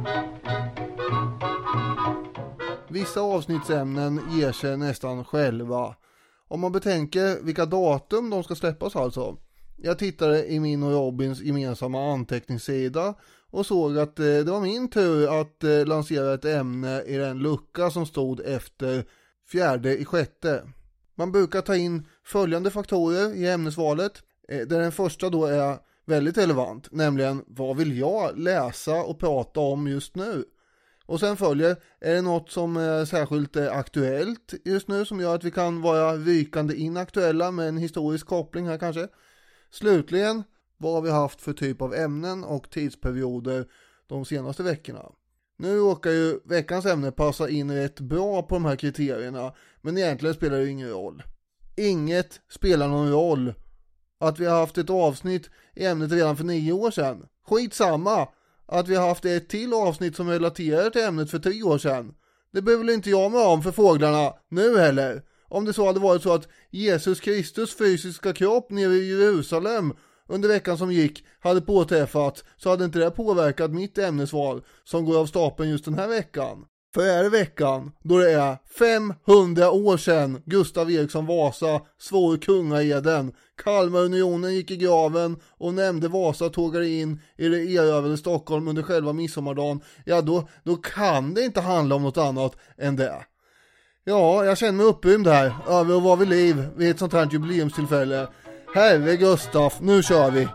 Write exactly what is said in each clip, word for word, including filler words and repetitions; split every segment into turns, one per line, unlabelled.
Vissa avsnittsämnen ger sig nästan själva. Om man betänker vilka datum de ska släppas alltså. Jag tittade i min och Robins gemensamma anteckningssida och såg att eh, det var min tur att eh, lansera ett ämne i den lucka som stod efter fjärde i sjätte. Man brukar ta in följande faktorer i ämnesvalet. Eh, där den första då är väldigt relevant, nämligen vad vill jag läsa och prata om just nu? Och sen följer, är det något som är särskilt aktuellt just nu som gör att vi kan vara rykande inaktuella med en historisk koppling här kanske? Slutligen, vad har vi haft för typ av ämnen och tidsperioder de senaste veckorna? Nu råkar ju veckans ämne passa in rätt bra på de här kriterierna, men egentligen spelar det ingen roll. Inget spelar någon roll. Att vi har haft ett avsnitt i ämnet redan för nio år sedan. Skitsamma! Att vi har haft ett till avsnitt som relaterar till ämnet för tre år sedan. Det behöver väl inte jag med om för fåglarna nu heller. Om det så hade varit så att Jesus Kristus fysiska kropp nere i Jerusalem under veckan som gick hade påträffat, så hade inte det påverkat mitt ämnesval som går av stapeln just den här veckan. För är det veckan då det är femhundra år sedan Gustav Eriksson Vasa svor kungaeden, Kalmarunionen gick i graven och nämnde Vasa tågade in i det erövrade Stockholm under själva midsommardagen, ja då, då kan det inte handla om något annat än det. Ja, jag känner mig upprymd här över att vara vid liv vid ett sånt här jubileumstillfälle. Herre Gustav, nu kör vi!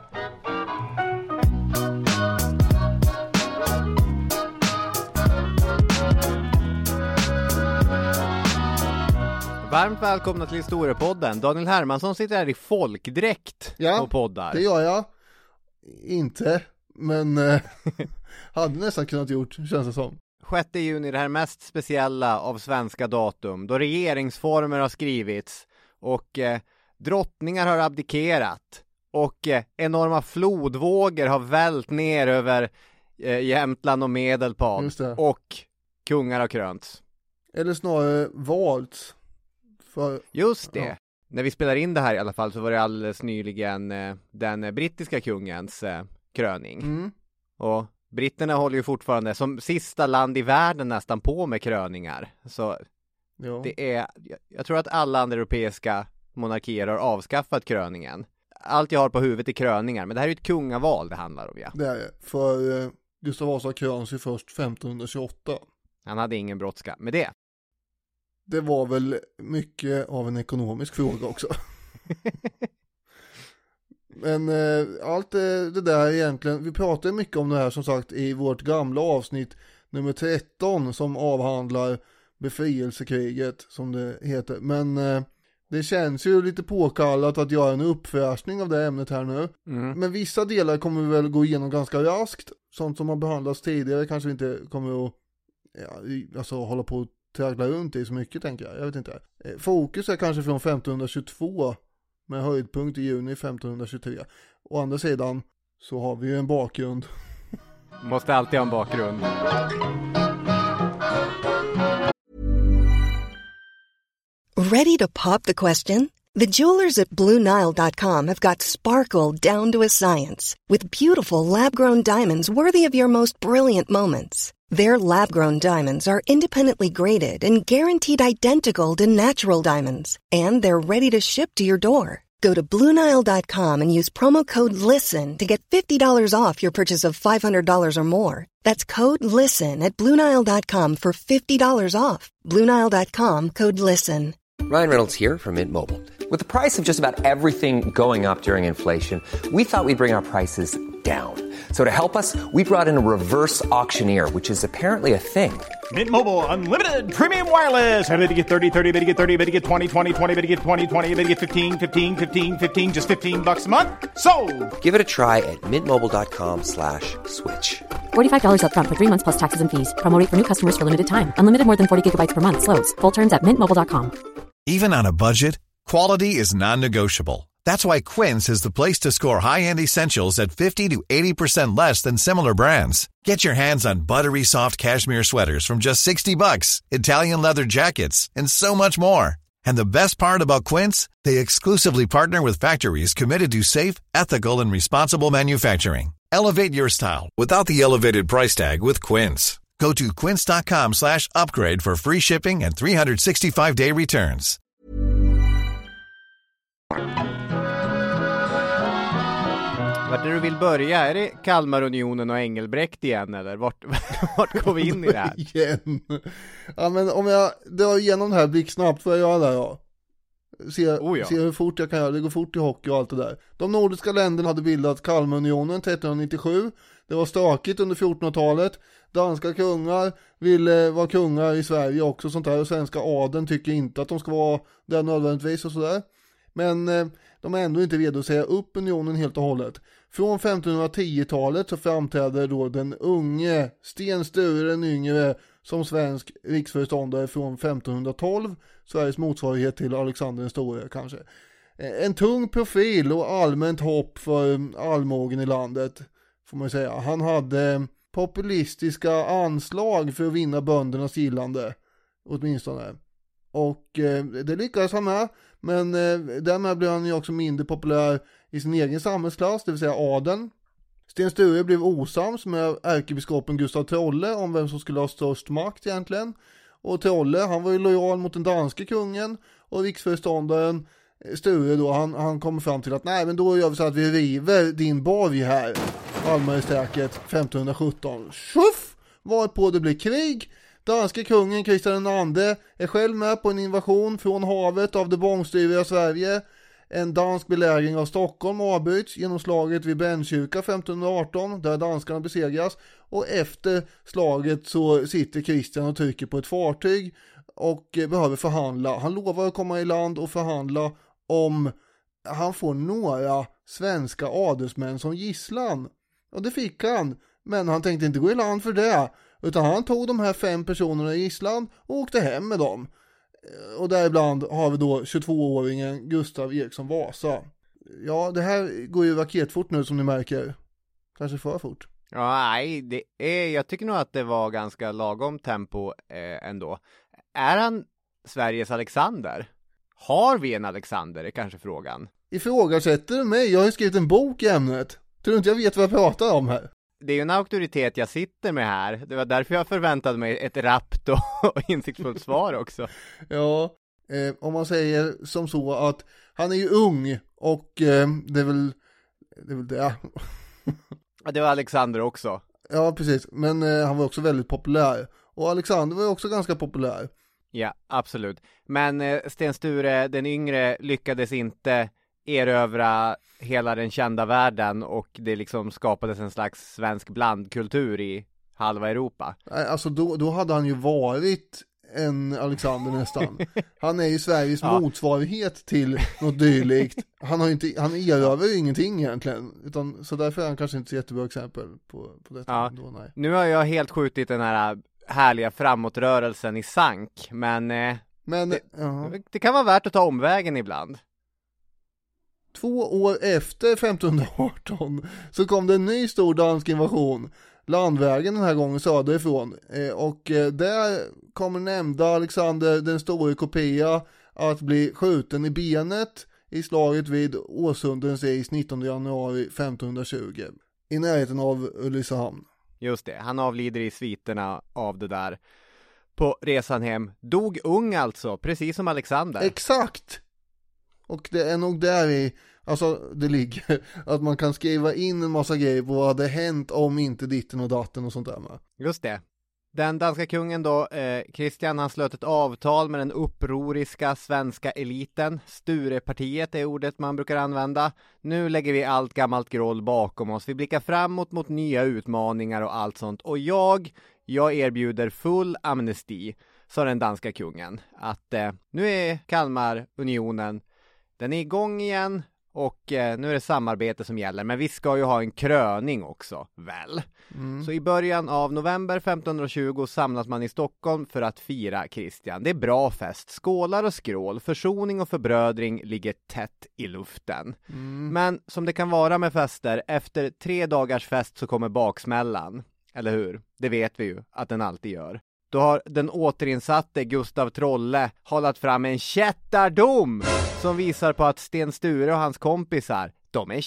Varmt välkomna till Historiepodden. Daniel Hermansson sitter här i folkdräkt
ja,
och poddar.
Det gör jag. Inte, men eh, hade nästan kunnat gjort, känns det som.
sjätte juni är det här mest speciella av svenska datum, då regeringsformer har skrivits och eh, drottningar har abdikerat och eh, enorma flodvågor har vält ner över eh, Jämtland och Medelpad och kungar har krönts.
Eller snarare valts. För,
Just det.
Ja.
När vi spelar in det här i alla fall så var det alldeles nyligen eh, den eh, brittiska kungens eh, kröning.
Mm.
Och britterna håller ju fortfarande som sista land i världen nästan på med kröningar. Så
ja.
det är, jag, jag tror att alla andra europeiska monarkier har avskaffat kröningen. Allt jag har på huvudet är kröningar, men det här är ju ett kungaval det handlar om, ja.
Det är det, för eh, Gustav Vasa kröns ju först femton tjugoåtta.
Han hade ingen brådska med det.
Det var väl mycket av en ekonomisk fråga också. Men eh, allt eh, det där egentligen, vi pratade mycket om det här som sagt i vårt gamla avsnitt nummer tretton som avhandlar befrielsekriget som det heter. Men eh, det känns ju lite påkallat att göra en uppfräschning av det ämnet här nu.
Mm.
Men vissa delar kommer vi väl gå igenom ganska raskt. Sånt som har behandlats tidigare kanske vi inte kommer att ja, alltså, hålla på att traggla runt i så mycket, tänker jag. Jag vet inte. Fokus är kanske från femton tjugotvå med höjdpunkt i juni femton tjugotre. Å andra sidan så har vi ju en bakgrund.
Måste alltid ha en bakgrund.
Ready to pop the question? The jewelers at Blue Nile dot com have got sparkle down to a science with beautiful lab-grown diamonds worthy of your most brilliant moments. Their lab-grown diamonds are independently graded and guaranteed identical to natural diamonds, and they're ready to ship to your door. Go to Blue Nile dot com and use promo code LISTEN to get fifty dollars off your purchase of five hundred dollars or more. That's code LISTEN at Blue Nile dot com for fifty dollars off. Blue Nile dot com, code LISTEN.
Ryan Reynolds here from Mint Mobile. With the price of just about everything going up during inflation, we thought we'd bring our prices down. So to help us, we brought in a reverse auctioneer, which is apparently a thing.
Mint Mobile Unlimited Premium Wireless. How to get thirty, thirty, how to get thirty, how to get twenty, twenty, twenty, how to get twenty, twenty, how to get fifteen, fifteen, fifteen, fifteen, just fifteen bucks a month? Sold!
Give it a try at mintmobile.com slash switch.
forty-five dollars up front for three months plus taxes and fees. Promo rate for new customers for limited time. Unlimited more than forty gigabytes per month. Slows full terms at mint mobile dot com.
Even on a budget, quality is non-negotiable. That's why Quince is the place to score high-end essentials at fifty to eighty percent less than similar brands. Get your hands on buttery soft cashmere sweaters from just sixty bucks, Italian leather jackets, and so much more. And the best part about Quince, they exclusively partner with factories committed to safe, ethical, and responsible manufacturing. Elevate your style without the elevated price tag with Quince. Go to quince.com slash upgrade for free shipping and three sixty-five day returns.
Vart är du vill börja? Är det Kalmarunionen och Engelbrekt igen eller? Vart, vart går vi in i det här?
Igen. Ja, men om jag drar igenom det här blixtsnabbt får jag göra det ja. Se,
oh, ja.
se hur fort jag kan göra. Det går fort i hockey och allt det där. De nordiska länderna hade bildat Kalmarunionen trettonhundranittiosju. Det var stökigt under fjortonhundratalet. Danska kungar ville vara kungar i Sverige också sånt där. Och svenska adeln tycker inte att de ska vara där nödvändigtvis och sådär. Men eh, de är ändå inte redo att säga upp unionen helt och hållet. Från femtonhundratio-talet så framträder då den unge Sten Sture den yngre som svensk riksföreståndare från femtonhundratolv. Sveriges motsvarighet till Alexander den store kanske. En tung profil och allmänt hopp för allmogen i landet får man säga. Han hade populistiska anslag för att vinna böndernas gillande åtminstone. Och eh, det lyckades han med. Men eh, därmed blev han ju också mindre populär i sin egen samhällsklass, det vill säga adeln. Sten Sture blev osams med ärkebiskopen Gustav Trolle om vem som skulle ha störst makt egentligen. Och Trolle, han var ju lojal mot den danske kungen och riksföreståndaren Sture då, han, han kom fram till att nej men då gör vi så att vi river din borg här, Almarestäket femtonhundrasjutton. Tjuff! Varpå det blir krig. Danske kungen Kristian den andre är själv med på en invasion från havet av det bångstyriga Sverige. En dansk belägring av Stockholm avbryts genom slaget vid Brännkyrka femtonhundraarton där danskarna besegras. Och efter slaget så sitter Kristian och trycker på ett fartyg och behöver förhandla. Han lovar att komma i land och förhandla om han får några svenska adelsmän som gisslan. Och det fick han, men han tänkte inte gå i land för det. Utan han tog de här fem personerna i gisslan och åkte hem med dem. Och däribland har vi då tjugotvååringen Gustav Eriksson Vasa. Ja, det här går ju raketfort nu som ni märker. Kanske för fort.
Ja, nej, det är, jag tycker nog att det var ganska lagom tempo eh, ändå. Är han Sveriges Alexander? Har vi en Alexander är kanske frågan.
Ifrågasätter du mig? Jag har ju skrivit en bok i ämnet. Tror du inte jag vet vad jag pratar om här?
Det är ju en auktoritet jag sitter med här. Det var därför jag förväntade mig ett rappt och, och insiktsfullt svar också.
Ja, eh, om man säger som så att han är ju ung och eh, det är väl det. Är väl det.
Ja, det var Alexander också.
Ja, precis. Men eh, han var också väldigt populär. Och Alexander var också ganska populär.
Ja, absolut. Men eh, Sten Sture, den yngre, lyckades inte erövra hela den kända världen och det liksom skapades en slags svensk blandkultur i halva Europa.
Alltså då, då hade han ju varit en Alexander nästan. Han är ju Sveriges ja. motsvarighet till något dylikt. Han har ju inte, han erövrar ju ingenting egentligen. Utan, så därför är han kanske inte så jättebra exempel på, på detta.
Ja.
Då, nej.
Nu har jag helt skjutit den här härliga framåtrörelsen i sank. Men, eh,
men
det,
uh-huh.
det kan vara värt att ta omvägen ibland.
Två år efter femtonhundraarton så kom det en ny stor dansk invasion. Landvägen den här gången söderifrån. Eh, och eh, där kommer nämnda Alexander den store kopia att bli skjuten i benet i slaget vid Åsundens is nittonde januari femtonhundratjugo. I närheten av Ulricehamn.
Just det, han avlider i sviterna av det där på resan hem. Dog ung alltså, precis som Alexander.
Exakt! Och det är nog där i, alltså det ligger att man kan skriva in en massa grejer på vad hade hänt om inte ditten och datten och sånt där med.
Just det. Den danska kungen då, eh, Kristian, han slöt ett avtal med den upproriska svenska eliten. Sturepartiet är ordet man brukar använda. Nu lägger vi allt gammalt groll bakom oss. Vi blickar framåt mot nya utmaningar och allt sånt. Och jag, jag erbjuder full amnesti, sa den danska kungen. Att eh, nu är Kalmarunionen, den är igång igen och eh, nu är det samarbete som gäller. Men vi ska ju ha en kröning också, väl? Mm. Så i början av november femtonhundratjugo samlas man i Stockholm för att fira Kristian. Det är bra fest, skålar och skrål, försoning och förbrödring ligger tätt i luften. Mm. Men som det kan vara med fester, efter tre dagars fest så kommer baksmällan. Eller hur? Det vet vi ju att den alltid gör. Då har den återinsatte Gustav Trolle hållit fram en kättardom som visar på att Sten Sture och hans kompisar, de är kättar.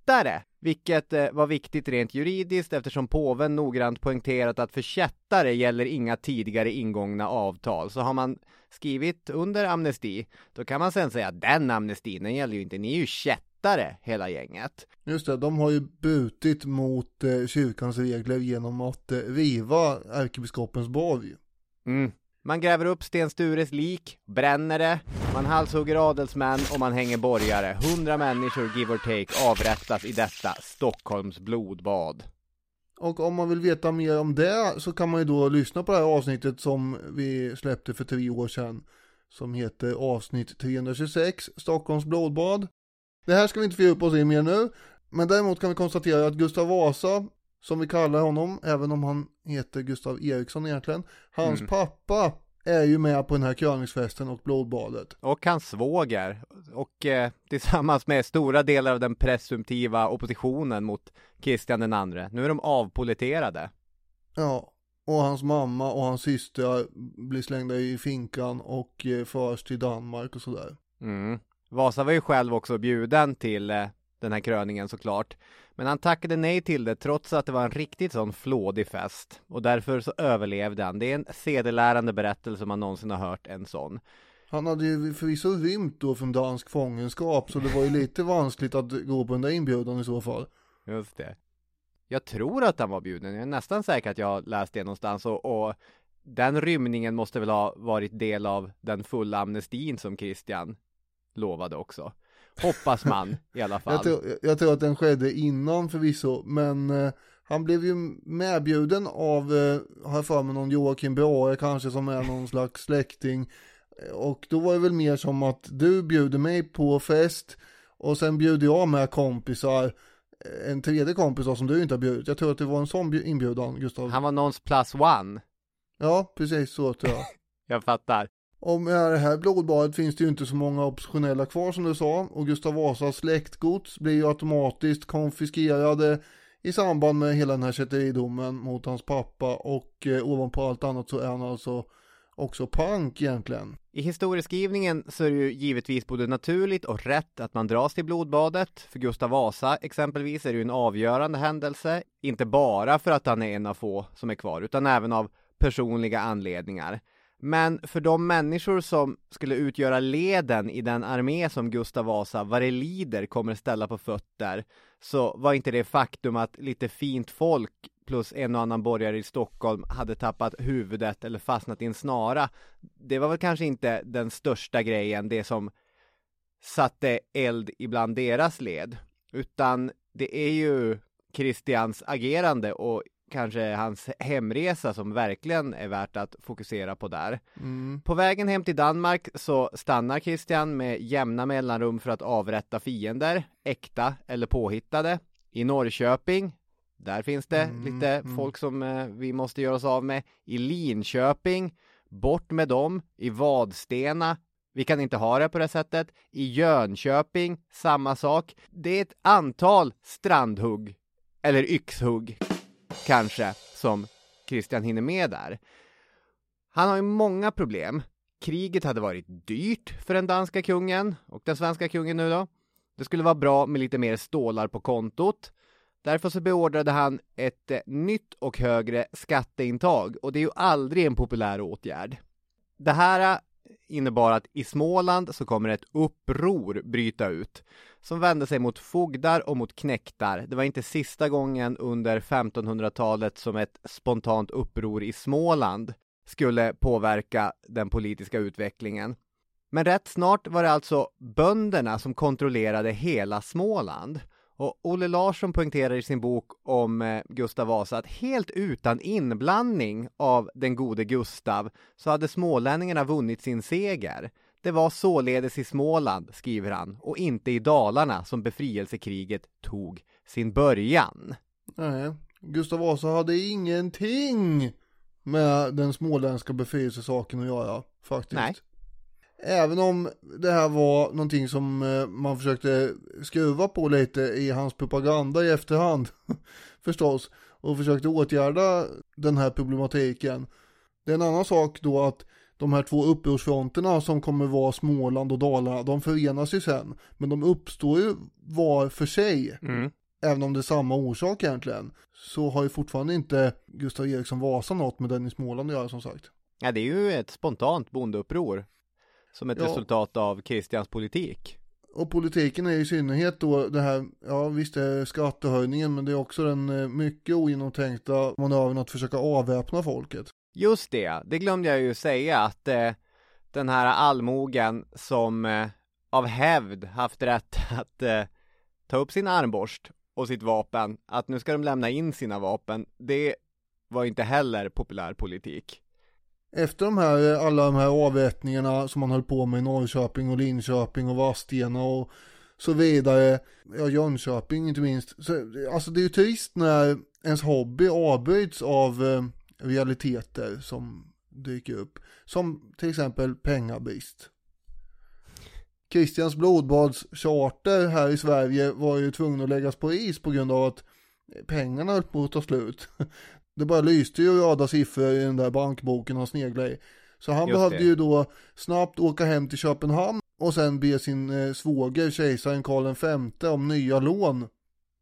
kättare, vilket eh, var viktigt rent juridiskt eftersom påven noggrant poängterat att för kättare gäller inga tidigare ingångna avtal. Så har man skrivit under amnesti, då kan man sen säga att den amnestin, den gäller ju inte, ni är ju kättare hela gänget.
Just det, de har ju brutit mot eh, kyrkans regler genom att eh, riva ärkebiskopens borg.
Mm. Man gräver upp Sten Stures lik, bränner det, man halshugger adelsmän och man hänger borgare. Hundra människor, give or take, avrättas i detta Stockholms blodbad.
Och om man vill veta mer om det så kan man ju då lyssna på det här avsnittet som vi släppte för tre år sedan. Som heter avsnitt trehundratjugosex, Stockholms blodbad. Det här ska vi inte fördjupa oss i mer nu. Men däremot kan vi konstatera att Gustav Vasa, som vi kallar honom, även om han heter Gustav Eriksson egentligen, hans mm. pappa är ju med på den här kröningsfesten och blodbadet.
Och hans svåger. Och eh, tillsammans med stora delar av den presumtiva oppositionen mot Kristian den andre. Nu är de avpoliterade.
Ja, och hans mamma och hans syster blir slängda i finkan och eh, förs till Danmark och sådär.
Mm. Vasa var ju själv också bjuden till eh, den här kröningen såklart. Men han tackade nej till det trots att det var en riktigt sån flådig fest. Och därför så överlevde han. Det är en sedelärande berättelse om man någonsin har hört en sån.
Han hade ju förvisso rymt då från dansk fångenskap, så det var ju lite vanskligt att gå på den där inbjudan i så fall.
Just det. Jag tror att han var bjuden. Jag är nästan säker att jag har läst det någonstans. Och, och den rymningen måste väl ha varit del av den fulla amnestin som Kristian lovade också. Hoppas man i alla fall.
Jag tror, jag tror att den skedde innan förvisso, men eh, han blev ju medbjuden av, eh, har jag för mig, någon Joakim Brahe kanske, som är någon slags släkting. Och då var det väl mer som att du bjuder mig på fest och sen bjuder jag med kompisar, en tredje kompis som du inte har bjudit. Jag tror att det var en sån inbjudan, Gustav.
Han var någons plus one.
Ja, precis så tror jag.
Jag fattar.
Och med det här blodbadet finns det ju inte så många oppositionella kvar som du sa, och Gustav Vasas släktgods blir ju automatiskt konfiskerade i samband med hela den här kätteridomen mot hans pappa, och eh, ovanpå allt annat så är han alltså också pank egentligen.
I historieskrivningen så är det ju givetvis både naturligt och rätt att man dras till blodbadet. För Gustav Vasa exempelvis är det ju en avgörande händelse, inte bara för att han är en av få som är kvar, utan även av personliga anledningar. Men för de människor som skulle utgöra leden i den armé som Gustav Vasa vad det lider kommer ställa på fötter, så var inte det faktum att lite fint folk plus en och annan borgare i Stockholm hade tappat huvudet eller fastnat i en snara. Det var väl kanske inte den största grejen, det som satte eld ibland deras led. Utan det är ju Kristians agerande och kanske hans hemresa som verkligen är värt att fokusera på där. Mm. På vägen hem till Danmark så stannar Kristian med jämna mellanrum för att avrätta fiender, äkta eller påhittade. I Norrköping, där finns det mm. lite mm. folk som eh, vi måste göra oss av med. I Linköping, bort med dem. I Vadstena, vi kan inte ha det på det sättet. I Jönköping, samma sak. Det är ett antal strandhugg eller yxhugg kanske som Kristian hinner med där. Han har ju många problem. Kriget hade varit dyrt för den danska kungen och den svenska kungen nu då. Det skulle vara bra med lite mer stålar på kontot. Därför så beordrade han ett eh, nytt och högre skatteintag, och det är ju aldrig en populär åtgärd. Det här innebar att i Småland så kommer ett uppror bryta ut som vände sig mot fogdar och mot knäktar. Det var inte sista gången under femtonhundratalet som ett spontant uppror i Småland skulle påverka den politiska utvecklingen. Men rätt snart var det alltså bönderna som kontrollerade hela Småland. Och Olle Larsson poängterar i sin bok om eh, Gustav Vasa att helt utan inblandning av den gode Gustav så hade smålänningarna vunnit sin seger. Det var således i Småland, skriver han, och inte i Dalarna som befrielsekriget tog sin början.
Nej, Gustav Vasa hade ingenting med den småländska befrielsesaken att göra, faktiskt.
Nej.
Även om det här var någonting som man försökte skruva på lite i hans propaganda i efterhand förstås, och försökte åtgärda den här problematiken. Det är en annan sak då att de här två upprorsfronterna som kommer vara Småland och Dalarna, de förenas ju sen, men de uppstår ju var för sig.
Mm.
även om det är samma orsak egentligen, så har ju fortfarande inte Gustav Eriksson Vasa något med den i Småland att göra, som sagt.
Ja, det är ju ett spontant bondeuppror som ett
Ja.
resultat av Christians politik.
Och politiken är i synnerhet då det här, ja visst är det skattehöjningen, men det är också den eh, mycket ogenomtänkta manövern att försöka avväpna folket.
Just det, det glömde jag ju säga att eh, den här allmogen som eh, av hävd haft rätt att eh, ta upp sin armborst och sitt vapen, att nu ska de lämna in sina vapen, det var inte heller populär politik.
Efter de här, alla de här avväpningarna som man höll på med i Norrköping och Linköping och Vadstena och så vidare, ja Jönköping inte minst, så, alltså det är ju trist när ens hobby avbryts av eh, realiteter som dyker upp, som till exempel pengabrist. Christians blodbadscharter här i Sverige var ju tvungen att läggas på is på grund av att pengarna höll på att ta slut. Det bara lyste ju röda siffror i den där bankboken och snegla i. Så han
Just
behövde
det.
ju då snabbt åka hem till Köpenhamn och sen be sin eh, svåger, kejsaren Karl den femte, om nya lån.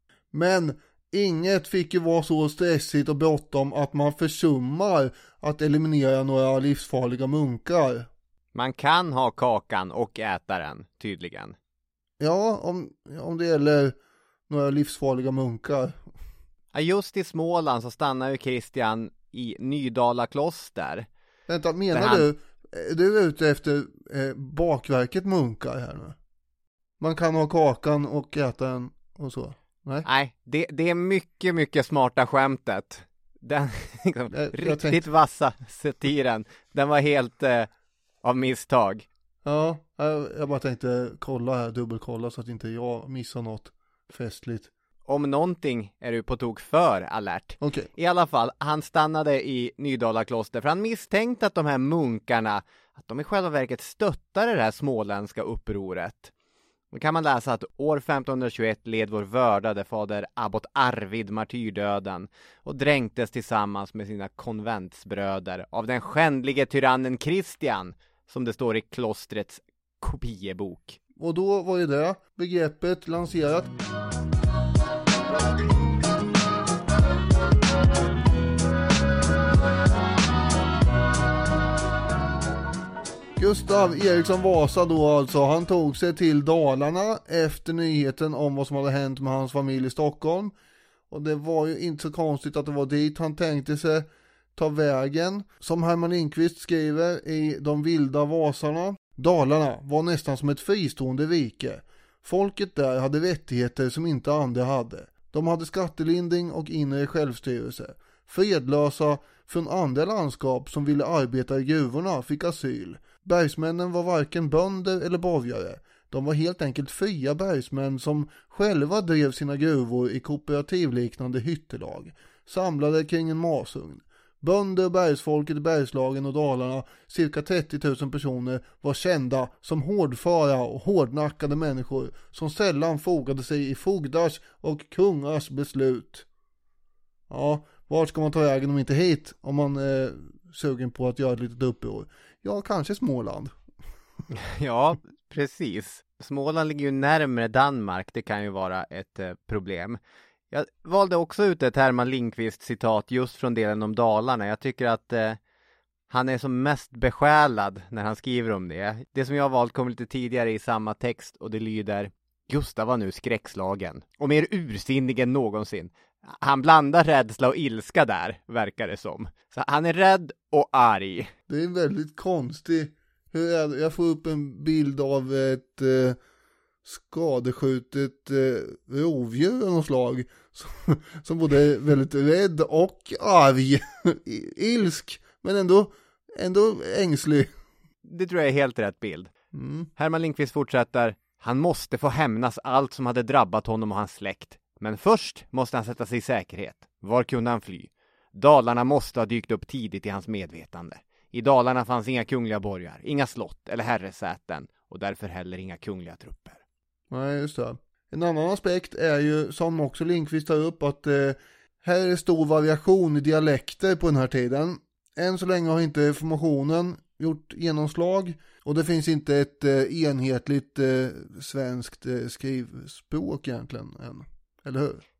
Men inget fick ju vara så stressigt och bråttom att man försummar att eliminera några livsfarliga munkar.
Man kan ha kakan och äta den, tydligen.
Ja, om, om det gäller några livsfarliga munkar.
Ja, just i Småland så stannar ju Christian i Nydala kloster.
Vänta, menar
han...
du, är du ute efter eh, bakverket munkar här nu? Man kan ha kakan och äta den och så? Nej,
Nej, det, det är mycket, mycket smarta skämtet. Den liksom,
Jag- jag
riktigt
tänkte-
vassa satiren. Den var helt eh, av misstag.
ja, jag, jag bara tänkte kolla här, dubbelkolla så att inte jag missar något festligt.
Om någonting är du på tok för alert.
Okej,
I alla fall, han stannade i Nydala kloster för han misstänkte att de här munkarna, att de i själva verket stöttade det här småländska upproret. Då kan man läsa att år femtonhundratjugoett led vår vördade fader abbot Arvid martyrdöden och dränktes tillsammans med sina konventsbröder av den skändlige tyrannen Christian, som det står i klostrets kopiebok.
och då var ju det begreppet lanserat. Gustav Eriksson Vasa då alltså, han tog sig till Dalarna efter nyheten om vad som hade hänt med hans familj i Stockholm. Och det var ju inte så konstigt att det var dit han tänkte sig ta vägen. Som Herman Lindqvist skriver i De vilda Vasarna: Dalarna var nästan som ett fristående rike. Folket där hade rättigheter som inte andra hade. De hade skattelindring och inre självstyrelse. Fredlösa från andra landskap som ville arbeta i gruvorna fick asyl. Bergsmännen var varken bönder eller borgare. De var helt enkelt fria bergsmän som själva drev sina gruvor i kooperativliknande hyttelag, samlade kring en masugn. Bönder och bergsfolket i Bergslagen och Dalarna, cirka trettio tusen personer, var kända som hårdföra och hårdnackade människor som sällan fogade sig i fogdars och kungars beslut. Ja, vart ska man ta vägen om inte hit om man är sugen på att göra ett litet uppror? Ja, kanske Småland.
Ja, precis. Småland ligger ju närmare Danmark, det kan ju vara ett eh, problem. Jag valde också ut ett Herman Lindqvist citat just från delen om Dalarna. Jag tycker att eh, han är som mest besjälad när han skriver om det. Det som jag har valt kommer lite tidigare i samma text och det lyder: Gustav var nu skräckslagen och mer ursinnig än någonsin. Han blandar rädsla och ilska där, verkar det som. Så han är rädd och arg.
Det är väldigt konstigt. Hur är det? Jag får upp en bild av ett eh, skadeskjutet eh, rovdjur av något slag. Som, som både är väldigt rädd och arg. Ilsk, men ändå, ändå ängslig.
Det tror jag är helt rätt bild.
Mm.
Herman Lindqvist fortsätter: Han måste få hämnas allt som hade drabbat honom och hans släkt. Men först måste han sätta sig i säkerhet. Var kunde han fly? Dalarna måste ha dykt upp tidigt i hans medvetande. I Dalarna fanns inga kungliga borgar, inga slott eller herresäten och därför heller inga kungliga trupper.
Nej, just det. En annan aspekt är ju, som också Lindqvist tar upp, att eh, här är stor variation i dialekter på den här tiden. Än så länge har inte informationen gjort genomslag och det finns inte ett eh, enhetligt eh, svenskt eh, skrivspråk egentligen än. Eller hur?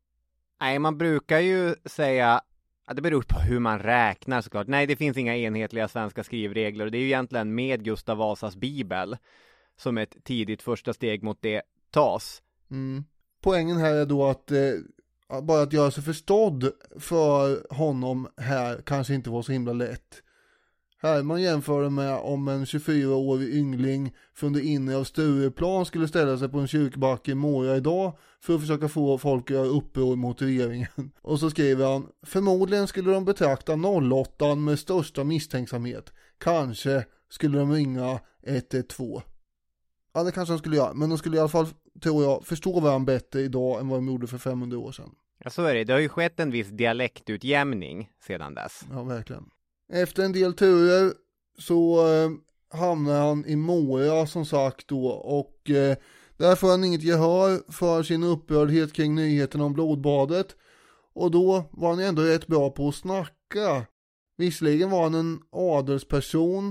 Nej, man brukar ju säga att det beror på hur man räknar såklart. Nej, det finns inga enhetliga svenska skrivregler och det är ju egentligen med Gustav Vasas bibel som ett tidigt första steg mot det tas.
Mm. Poängen här är då att eh, bara att göra sig förstådd för honom här kanske inte var så himla lätt. Här man jämför med om en tjugofyraårig yngling från det inre av Stureplan skulle ställa sig på en kyrkbacke i Mora idag för att försöka få folk att göra uppror mot regeringen. Och så skriver han, förmodligen skulle de betrakta noll åtta med största misstänksamhet. Kanske skulle de ringa ett ett två. Ja, det kanske de skulle göra, men de skulle i alla fall, tror jag, förstå varandra bättre idag än vad de gjorde för femhundra år sedan.
Ja, så är det. Det har ju skett en viss dialektutjämning sedan dess.
Ja, verkligen. Efter en del turer så eh, hamnar han i Mora som sagt då och eh, där får han inget gehör för sin upprördhet kring nyheten om blodbadet och då var han ändå rätt bra på att snacka. Visserligen var han en adelsperson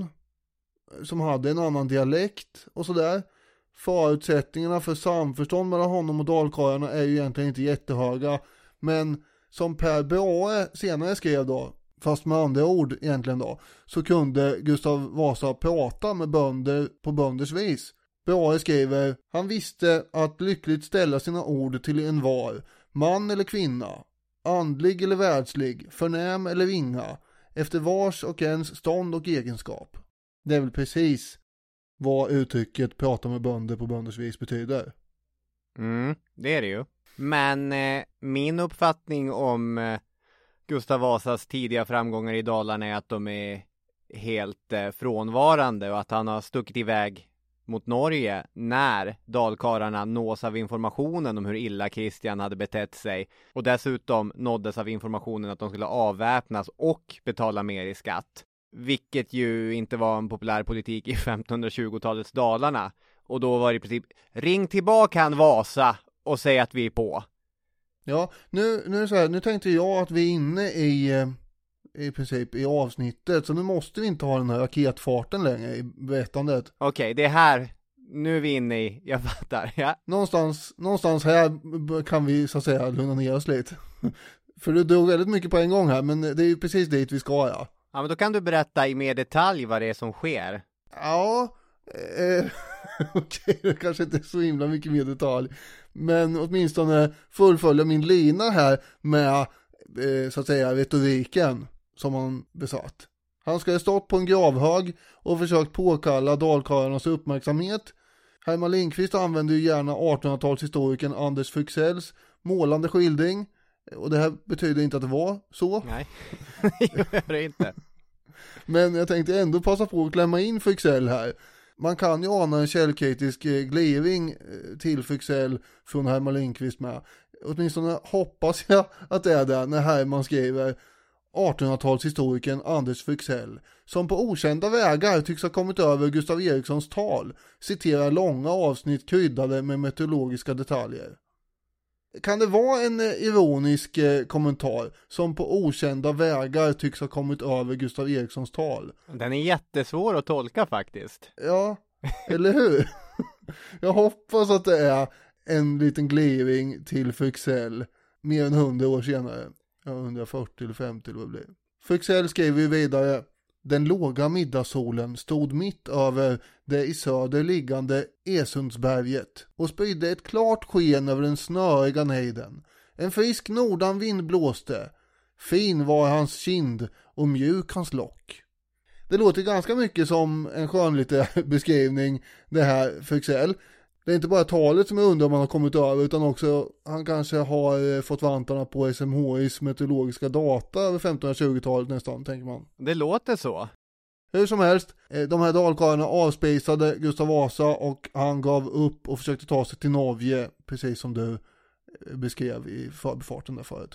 som hade en annan dialekt och sådär. Förutsättningarna för samförstånd mellan honom och dalkarlarna är ju egentligen inte jättehöga, men som Per Brahe senare skrev då, fast med andra ord egentligen då, så kunde Gustav Vasa prata med bönder på bönders vis. Brahe skriver, han visste att lyckligt ställa sina ord till en var, man eller kvinna, andlig eller världslig, förnäm eller ringa, efter vars och ens stånd och egenskap. Det är väl precis vad uttrycket prata med bönder på bönders vis betyder.
Mm, det är det ju. Men eh, min uppfattning om eh, Gustav Vasas tidiga framgångar i Dalarna är att de är helt eh, frånvarande och att han har stuckit iväg mot Norge när dalkarlarna nås av informationen om hur illa Kristian hade betett sig och dessutom nåddes av informationen att de skulle avväpnas och betala mer i skatt. Vilket ju inte var en populär politik i femtonhundratjugotalets Dalarna. Och då var det i princip, ring tillbaka han Vasa och säg att vi är på.
Ja, nu, nu är det så här, nu tänkte jag att vi är inne i, i princip i avsnittet. Så nu måste vi inte ha den här raketfarten längre i berättandet.
Okej, okay, det är här, nu är vi inne i, jag fattar. Ja.
Någonstans, någonstans här kan vi så att säga lugna ner oss lite. För du drog väldigt mycket på en gång här, men det är ju precis dit vi ska, ja.
Ja, men då kan du berätta i mer detalj vad det är som sker.
Ja, eh, okej, det kanske inte är så himla mycket mer detalj. Men åtminstone fullfölja min lina här med, eh, så att säga, retoriken som han besatt. Han ska ha stått på en gravhög och försökt påkalla dalkarlarnas uppmärksamhet. Herman Lindqvist använder ju gärna artonhundratalshistorikern Anders Fryxells målande skildring. Och det här betyder inte att det var så.
Nej, det gör det inte.
Men jag tänkte ändå passa på att klämma in Fryxell här. Man kan ju ana en källkritisk gliring till Fryxell från Herman Lindqvist med. Åtminstone hoppas jag att det är det när Herman skriver artonhundratalshistorikern Anders Fryxell, som på okända vägar tycks ha kommit över Gustav Erikssons tal, citerar långa avsnitt kryddade med meteorologiska detaljer. Kan det vara en ironisk kommentar som på okända vägar tycks ha kommit över Gustav Erikssons tal?
Den är jättesvår att tolka faktiskt.
Ja, eller hur? Jag hoppas att det är en liten gliring till Fryxell mer än hundra år senare. Ja, hundrafyrtio eller femtio eller vad det blir. Fryxell skriver ju vidare: den låga middagssolen stod mitt över det i söder liggande Esundsberget och spridde ett klart sken över den snöriga nejden. En frisk nordanvind blåste. Fin var hans kind och mjuk hans lock. Det låter ganska mycket som en skönlitterär beskrivning det här Fryxell. Det är inte bara talet som jag undrar om han har kommit över, utan också han kanske har fått vantarna på S M H I:s meteorologiska data över femtonhundratjugotalet nästan, tänker man.
Det låter så.
Hur som helst, de här dalkarlarna avspisade Gustav Vasa och han gav upp och försökte ta sig till Norge, precis som du beskrev i förbifarten där förut.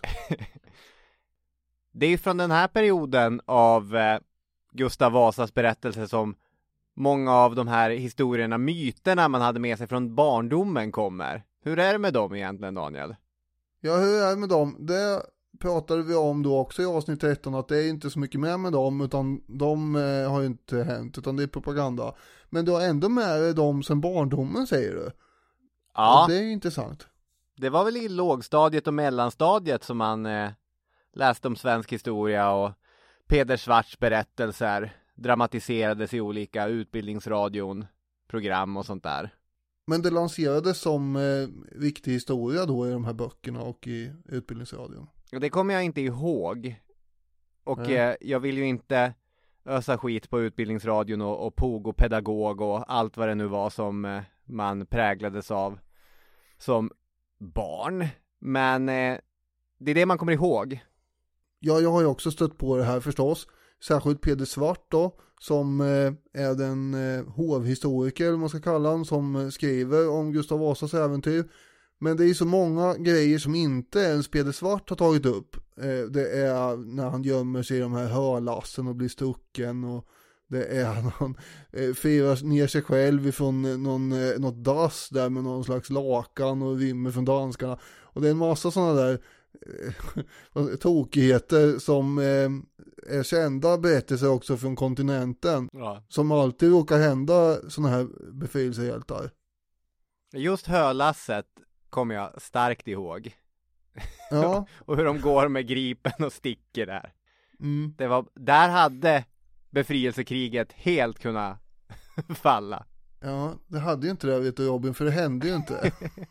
Det är från den här perioden av Gustav Vasas berättelse som många av de här historierna, myterna man hade med sig från barndomen kommer. Hur är det med dem egentligen, Daniel?
Ja, hur är det med dem? Det pratade vi om då också i avsnitt tretton, att det är inte så mycket mer med dem, utan de eh, har ju inte hänt, utan det är propaganda. Men du har ändå med dem sen barndomen, säger du.
Ja.
Och det är ju intressant.
Det var väl i lågstadiet och mellanstadiet som man eh, läste om svensk historia och Peder Svarts berättelser dramatiserades i olika utbildningsradion, program och sånt där.
Men det lanserades som eh, viktig historia då i de här böckerna och i utbildningsradion.
Det kommer jag inte ihåg. Och eh, jag vill ju inte ösa skit på utbildningsradion och, och pogopedagog och allt vad det nu var som eh, man präglades av som barn. Men eh, det är det man kommer ihåg.
Ja, jag har ju också stött på det här förstås. Särskilt Peder Svart då, som eh, är den eh, hovhistoriker, eller man ska kalla han, som eh, skriver om Gustav Vasas äventyr. Men det är så många grejer som inte ens Peder Svart har tagit upp. Eh, det är när han gömmer sig i de här hörlassen och blir stucken, och det är när han eh, firar ner sig själv ifrån någon, eh, något dass där med någon slags lakan och rymmer från danskarna. Och det är en massa sådana där eh, tokigheter som eh, är kända berättelser också från kontinenten.
Ja. Som
alltid råkar hända sådana här befrielsehjältar.
Just hörlasset kommer jag starkt ihåg.
Ja.
Och hur de går med gripen och sticker där.
Mm.
Det var, där hade befrielsekriget helt kunnat falla.
Ja, det hade ju inte det, vet du, Robin, för det hände ju inte.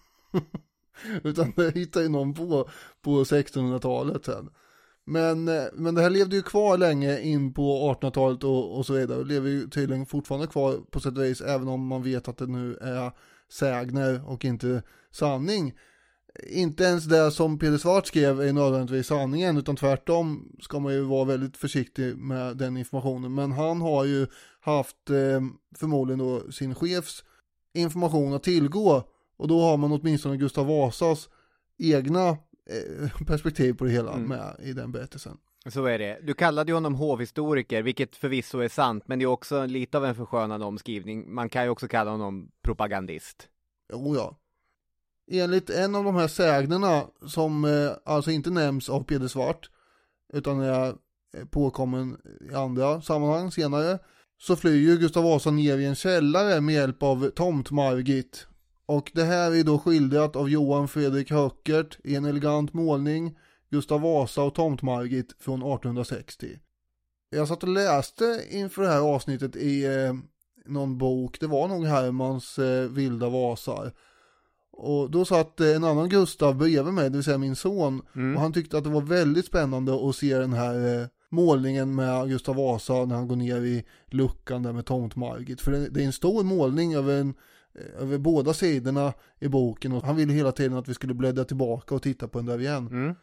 Utan det hittade ju någon på, på sextonhundratalet sen. Men, men det här levde ju kvar länge in på artonhundratalet och, och så vidare. Det lever ju tydligen fortfarande kvar på sätt och vis, även om man vet att det nu är sägner och inte sanning. Inte ens det som Peder Svart skrev är nödvändigtvis sanningen, utan tvärtom ska man ju vara väldigt försiktig med den informationen. Men han har ju haft eh, förmodligen då sin chefs information att tillgå, och då har man åtminstone Gustav Vasas egna eh, perspektiv på det hela mm. med i den berättelsen.
Så är det. Du kallade ju honom hovhistoriker, vilket förvisso är sant, men det är också lite av en förskönande omskrivning. Man kan ju också kalla honom propagandist.
Jo ja. Enligt en av de här sägnerna som eh, alltså inte nämns av Peder Svart utan är påkommen i andra sammanhang senare, så flyr Gustav Vasa ner i en källare med hjälp av Tomtmargit. Och det här är då skildrat av Johan Fredrik Höckert i en elegant målning, Gustav Vasa och Tomtmargit från artonhundrasextio. Jag satt och läste inför det här avsnittet i eh, någon bok, det var nog Hermans eh, Vilda Vasar. Och då satt en annan Gustav bredvid mig, det vill säga min son. Mm. Och han tyckte att det var väldigt spännande att se den här eh, målningen med Gustav Vasa när han går ner i luckan där med Tomtmargit. För det, det är en stor målning över, en, över båda sidorna i boken. Och han ville hela tiden att vi skulle bläddra tillbaka och titta på den där igen. Mm.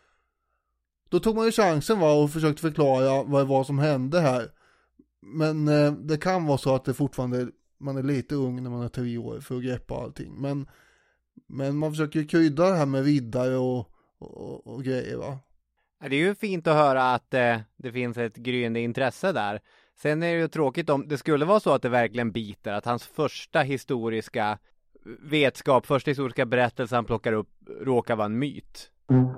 Då tog man ju chansen va, och försökte förklara vad det var som hände här. Men eh, det kan vara så att det fortfarande, man är lite ung när man är tre år för att greppa allting. Men Men man försöker krydda det här med vidare och, och, och grejer va.
Det är ju fint att höra att eh, det finns ett gryende intresse där. Sen är det ju tråkigt om det skulle vara så att det verkligen biter. Att hans första historiska vetskap, första historiska berättelse han plockar upp råkar vara en myt.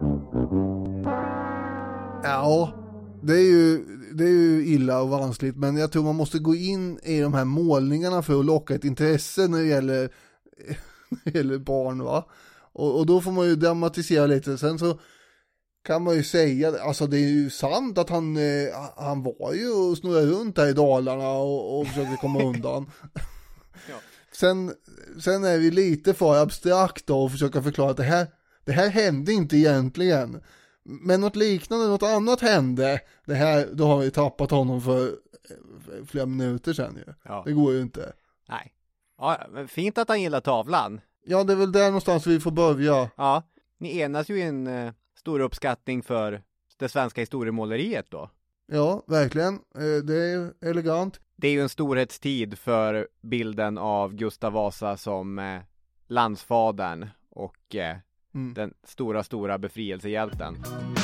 Ja, det är ju, det är ju illa och vanskligt. Men jag tror man måste gå in i de här målningarna för att locka ett intresse när det gäller... eller barn va, och, och då får man ju dramatisera lite. Sen så kan man ju säga, alltså det är ju sant att han eh, han var ju och snurrade runt där i Dalarna och, och försökte komma undan. Ja. sen, sen är vi lite för abstrakt då och försöka förklara att det här, det här hände inte egentligen, men något liknande, något annat hände. Det här, då har vi tappat honom för, för flera minuter sedan ju. Ja. Det går ju inte.
Nej. Ja, men fint att han gillar tavlan.
Ja, det är väl där någonstans vi får börja.
Ja, ni enas ju i en eh, stor uppskattning för det svenska historiemåleriet då.
Ja, verkligen. Eh, det är elegant.
Det är ju en storhetstid för bilden av Gustav Vasa som eh, landsfadern och eh, mm. den stora, stora befrielsehjälten.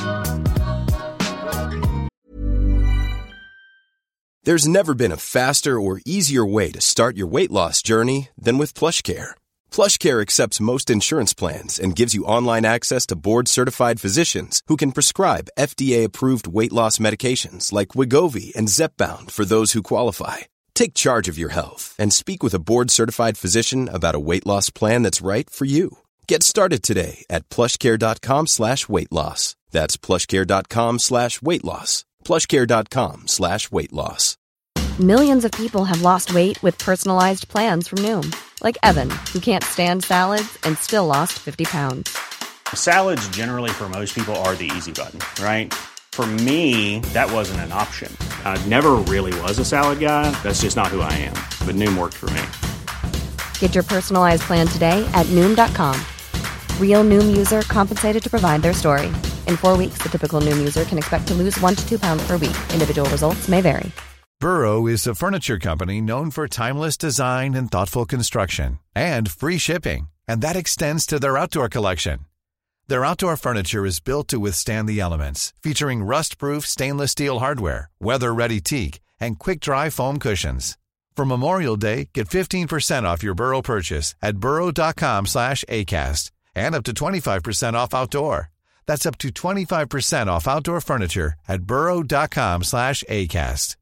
There's never been a faster or easier way to start your weight loss journey than with PlushCare. PlushCare accepts most insurance plans and gives you online access to board-certified physicians who can prescribe F D A-approved weight loss medications like Wegovy and Zepbound for those who qualify. Take charge of your health and speak with a board-certified physician about a weight loss plan that's right for you. Get started today at plushcare.com slash weight loss. That's plushcare.com slash weight loss. plushcare.com slash weight loss.
Millions of people have lost weight with personalized plans from Noom. Like Evan, who can't stand salads and still lost fifty pounds.
Salads generally for most people are the easy button, right? For me, that wasn't an option. I never really was a salad guy. That's just not who I am. But Noom worked for me.
Get your personalized plan today at Noom dot com. Real Noom user compensated to provide their story. In four weeks, the typical Noom user can expect to lose one to two pounds per week. Individual results may vary.
Burrow is a furniture company known for timeless design and thoughtful construction, and free shipping, and that extends to their outdoor collection. Their outdoor furniture is built to withstand the elements, featuring rust-proof stainless steel hardware, weather-ready teak, and quick-dry foam cushions. For Memorial Day, get fifteen percent off your Burrow purchase at burrow.com slash ACAST and up to twenty-five percent off outdoor. That's up to twenty-five percent off outdoor furniture at burrow.com slash ACAST.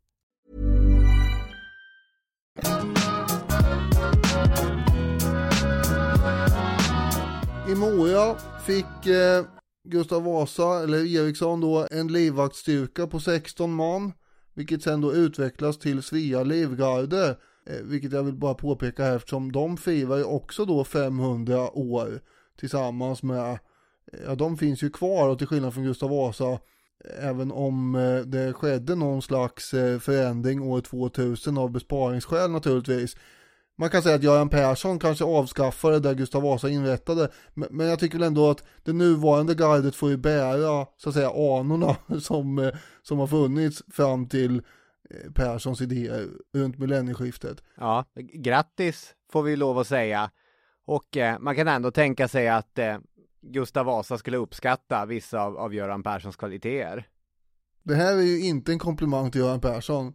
I Mora fick eh, Gustav Vasa, eller Eriksson då, en livvaktsstyrka på sexton man, vilket sen då utvecklas till Svea livgarde, eh, vilket jag vill bara påpeka här, eftersom de firar ju också då femhundra år tillsammans med, ja, de finns ju kvar, och till skillnad från Gustav Vasa, även om eh, det skedde någon slags eh, förändring år tvåtusen av besparingsskäl naturligtvis. Man kan säga att Göran Persson kanske avskaffade där Gustav Vasa inrättade, men, men jag tycker väl ändå att det nuvarande gardet får ju bära, så att säga, anorna som, eh, som har funnits fram till eh, Perssons idéer runt millennieskiftet.
Ja, grattis får vi lov att säga. Och eh, man kan ändå tänka sig att eh, Gustav Vasa skulle uppskatta vissa av, av Göran Perssons kvaliteter.
Det här är ju inte en komplimang till Göran Persson.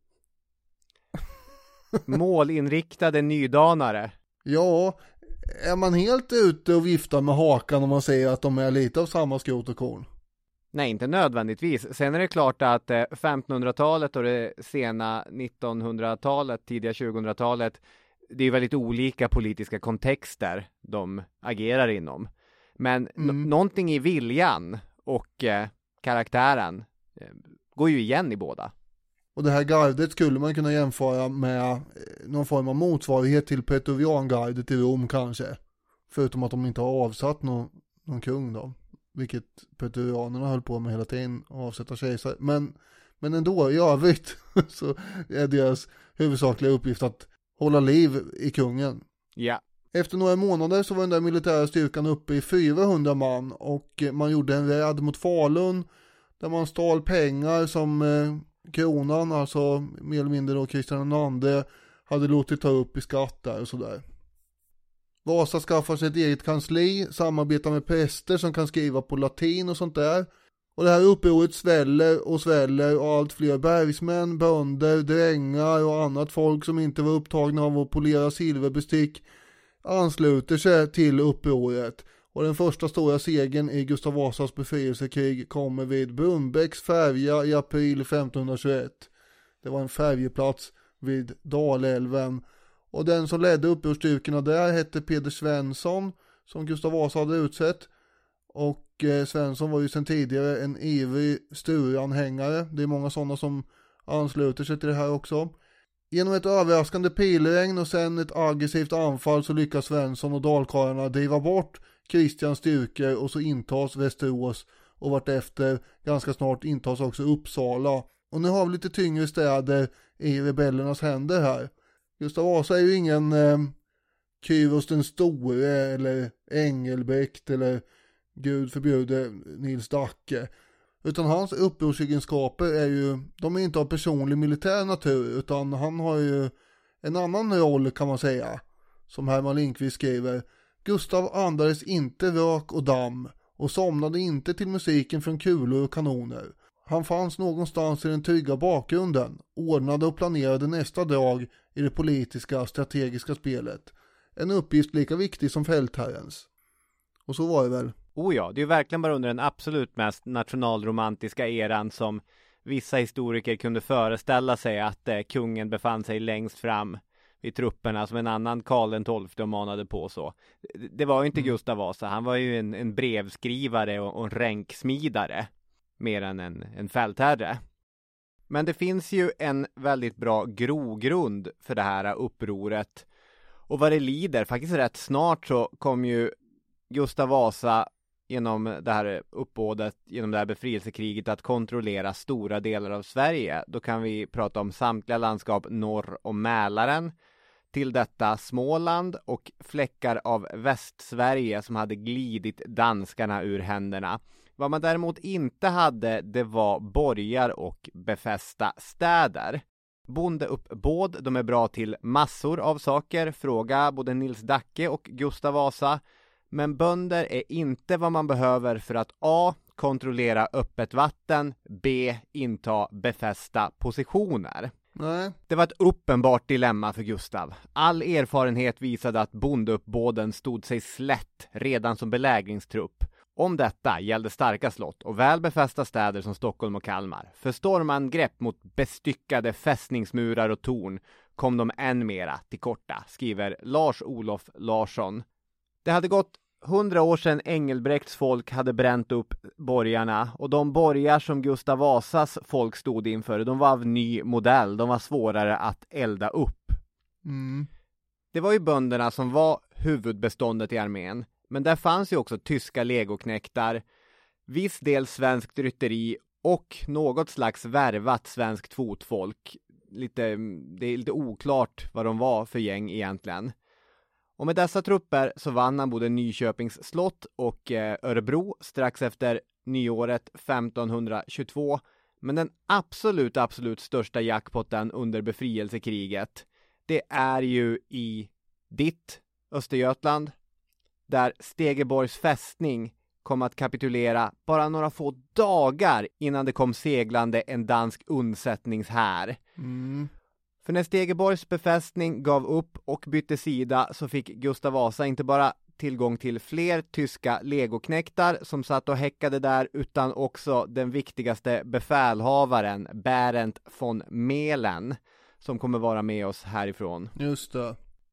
Målinriktade nydanare.
Ja, är man helt ute och viftar med hakan om man säger att de är lite av samma skrot och korn?
Nej, inte nödvändigtvis. Sen är det klart att eh, femtonhundratalet och det sena nittonhundratalet, tidiga tjugohundratalet, det är väldigt olika politiska kontexter de agerar inom. Men mm. n- någonting i viljan och eh, karaktären eh, går ju igen i båda.
Och det här gardet skulle man kunna jämföra med någon form av motsvarighet till Pretoriangardet i Rom kanske. Förutom att de inte har avsatt någon, någon kung då. Vilket pretorianerna höll på med hela tiden, avsätta kejsare. Men, men ändå i övrigt så är deras huvudsakliga uppgift att hålla liv i kungen.
Ja.
Efter några månader så var den där militära styrkan uppe i fyrahundra man, och man gjorde en räd mot Falun där man stal pengar som eh, kronan, alltså mer eller mindre då Kristian den andre, hade låtit ta upp i skatt där och sådär. Vasa skaffar sig ett eget kansli, samarbetar med präster som kan skriva på latin och sånt där. Och det här upproret sväller och sväller, och allt fler bergsmän, bönder, drängar och annat folk som inte var upptagna av att polera silverbestick ansluter sig till upproret. Och den första stora segern i Gustav Vasas befrielsekrig kommer vid Brunnbäcks färja i april femtonhundratjugoett. Det var en färjeplats vid Dalälven. Och den som ledde upprorstyrkorna där hette Peder Svensson, som Gustav Vasa hade utsett. Och eh, Svensson var ju sedan tidigare en ivrig Sture-anhängare. Det är många sådana som ansluter sig till det här också. Genom ett överraskande pilregn och sen ett aggressivt anfall så lyckas Svensson och dalkarlarna driva bort Kristians styrkor, och så intas Västerås, och vartefter ganska snart intas också Uppsala. Och nu har vi lite tyngre städer i rebellernas händer här. Gustav Vasa är ju ingen eh, Kyros den store eller Engelbrekt eller gud förbjude Nils Dacke, utan hans upprorsegenskaper är ju, de är inte av personlig militär natur, utan han har ju en annan roll kan man säga. Som Herman Lindqvist skriver: Gustav andades inte rök och damm och somnade inte till musiken från kulor och kanoner. Han fanns någonstans i den trygga bakgrunden, ordnade och planerade nästa drag i det politiska strategiska spelet. En uppgift lika viktig som fältherrens. Och så var det väl.
Oh ja, det är ju verkligen bara under den absolut mest nationalromantiska eran som vissa historiker kunde föreställa sig att eh, kungen befann sig längst fram i trupperna som en annan Karl den tolfte manade på så. Det var ju inte mm. Gustav Vasa, han var ju en, en brevskrivare och, och en ränksmidare mer än en, en fältherre. Men det finns ju en väldigt bra grogrund för det här upproret. Och vad det lider, faktiskt rätt snart så kom ju Gustav Vasa genom det här uppbådet, genom det här befrielsekriget att kontrollera stora delar av Sverige. Då kan vi prata om samtliga landskap norr om Mälaren, till detta Småland och fläckar av Västsverige som hade glidit danskarna ur händerna. Vad man däremot inte hade, det var borgar och befästa städer. Bondeuppbåd, de är bra till massor av saker, fråga både Nils Dacke och Gustav Vasa. Men bönder är inte vad man behöver för att A. kontrollera öppet vatten, B. inta befästa positioner.
Nej.
Det var ett uppenbart dilemma för Gustav. All erfarenhet visade att bondeuppbåden stod sig slätt redan som belägringstrupp. Om detta gällde starka slott och väl befästa städer som Stockholm och Kalmar. För stormangrepp mot bestyckade fästningsmurar och torn kom de än mera till korta, skriver Lars-Olof Larsson. Det hade gått hundra år sedan Engelbrekts folk hade bränt upp borgarna, och de borgar som Gustav Vasas folk stod inför, de var av ny modell, de var svårare att elda upp.
Mm.
Det var ju bönderna som var huvudbeståndet i armén, men där fanns ju också tyska legoknektar, viss del svenskt rytteri och något slags värvat svenskt fotfolk. Lite, det är lite oklart vad de var för gäng egentligen. Och med dessa trupper så vann han både Nyköpings slott och eh, Örebro strax efter nyåret femtonhundratjugotvå. Men den absolut, absolut största jackpotten under befrielsekriget, det är ju i ditt Östergötland, där Stegeborgs fästning kom att kapitulera bara några få dagar innan det kom seglande en dansk undsättningshär.
Mm.
För när Stegeborgs befästning gav upp och bytte sida så fick Gustav Vasa inte bara tillgång till fler tyska legoknektar som satt och häckade där, utan också den viktigaste befälhavaren, Bärent von Melen, som kommer vara med oss härifrån.
Just det.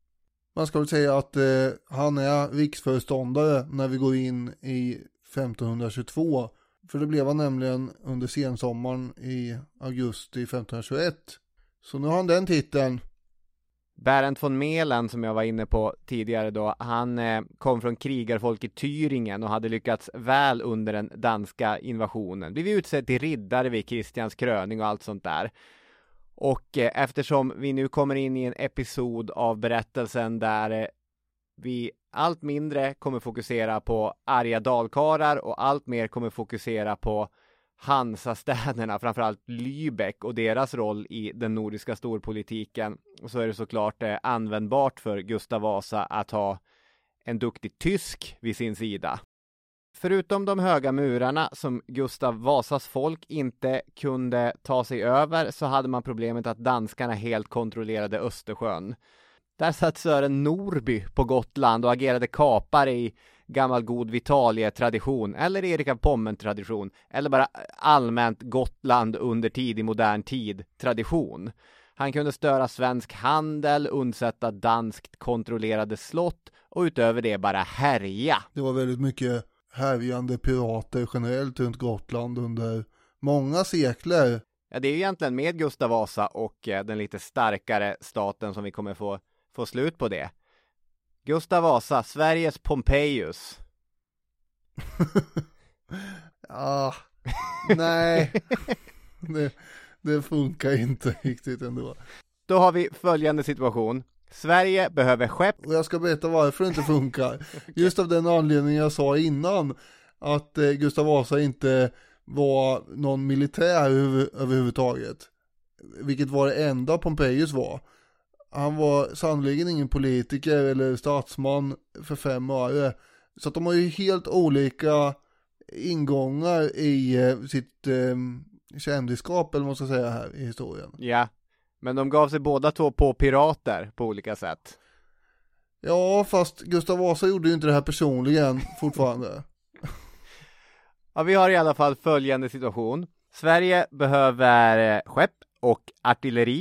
Man ska väl säga att eh, han är riksföreståndare när vi går in i femtonhundratjugotvå. För det blev han nämligen under sensommaren i augusti femtonhundratjugoett. Så nu har han den titeln.
Bärent von Melen, som jag var inne på tidigare då, han eh, kom från krigarfolk i Thüringen och hade lyckats väl under den danska invasionen. Blev utsedd till riddare vid Kristians kröning och allt sånt där. Och eh, eftersom vi nu kommer in i en episod av berättelsen där eh, vi allt mindre kommer fokusera på arga dalkarar och allt mer kommer fokusera på Hansastäderna, framförallt Lübeck och deras roll i den nordiska storpolitiken, och så är det såklart eh, användbart för Gustav Vasa att ha en duktig tysk vid sin sida. Förutom de höga murarna som Gustav Vasas folk inte kunde ta sig över, så hade man problemet att danskarna helt kontrollerade Östersjön. Där satt Sören Norby på Gotland och agerade kapare i gammal god Vitalie-tradition, eller Erik av Pommen-tradition, eller bara allmänt Gotland under tidig modern tid-tradition. Han kunde störa svensk handel, undsätta danskt kontrollerade slott och utöver det bara härja.
Det var väldigt mycket härjande pirater generellt runt Gotland under många sekler.
Ja, det är ju egentligen med Gustav Vasa och eh, den lite starkare staten som vi kommer få, få slut på det. Gustav Vasa, Sveriges Pompejus.
Ja, nej. det, det funkar inte riktigt ändå.
Då har vi följande situation. Sverige behöver skepp.
Och jag ska berätta varför det inte funkar. Just av den anledningen jag sa innan, att eh, Gustav Vasa inte var någon militär över, överhuvudtaget. Vilket var det enda Pompejus var. Han var sannoliken ingen politiker eller statsman för fem öre. Så att de har ju helt olika ingångar i eh, sitt eh, kändisskap, eller vad man ska säga här i historien.
Ja, men de gav sig båda två på pirater på olika sätt.
Ja, fast Gustav Vasa gjorde ju inte det här personligen fortfarande.
Ja, vi har i alla fall följande situation. Sverige behöver skepp och artilleri.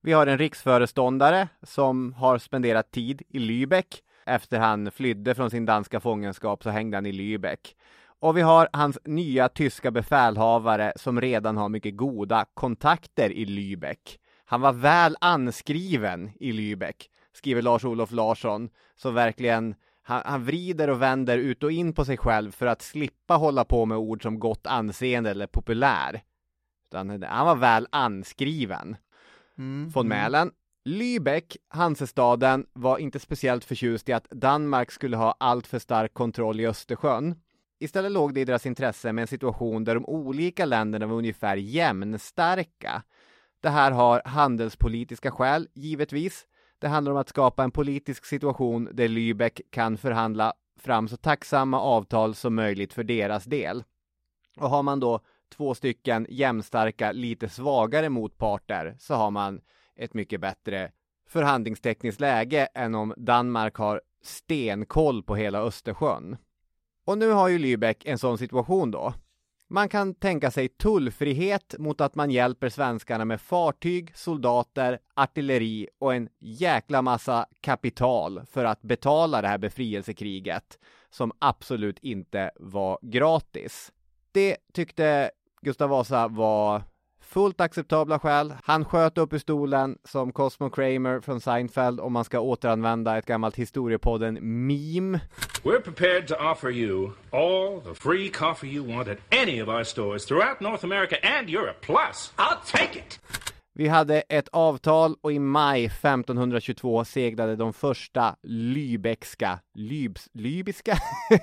Vi har en riksföreståndare som har spenderat tid i Lübeck. Efter han flydde från sin danska fångenskap så hängde han i Lübeck. Och vi har hans nya tyska befälhavare som redan har mycket goda kontakter i Lübeck. Han var väl anskriven i Lübeck, skriver Lars-Olof Larsson, så verkligen han, han vrider och vänder ut och in på sig själv för att slippa hålla på med ord som gott anseende eller populär. Utan han var väl anskriven.
Mm,
Von Mählen. Lübeck, Hansestaden, var inte speciellt förtjust i att Danmark skulle ha allt för stark kontroll i Östersjön. Istället låg det i deras intresse med en situation där de olika länderna var ungefär jämnstarka. Det här har handelspolitiska skäl, givetvis. Det handlar om att skapa en politisk situation där Lübeck kan förhandla fram så tacksamma avtal som möjligt för deras del. Och har man då två stycken jämnstarka, lite svagare motparter så har man ett mycket bättre förhandlingstekniskt läge än om Danmark har stenkoll på hela Östersjön. Och nu har ju Lübeck en sån situation då. Man kan tänka sig tullfrihet mot att man hjälper svenskarna med fartyg, soldater, artilleri och en jäkla massa kapital för att betala det här befrielsekriget som absolut inte var gratis. Det tyckte Gustav Vasa var fullt acceptabla skäl. Han sköt upp i stolen som Cosmo Kramer från Seinfeld om man ska återanvända ett gammalt historiepodden meme.
We're prepared to offer you all the free coffee you want at any of our stores throughout North America and Europe. Plus, I'll take it!
Vi hade ett avtal och i maj femtonhundratjugotvå seglade de första Lübeckska, Lybs, Lybiska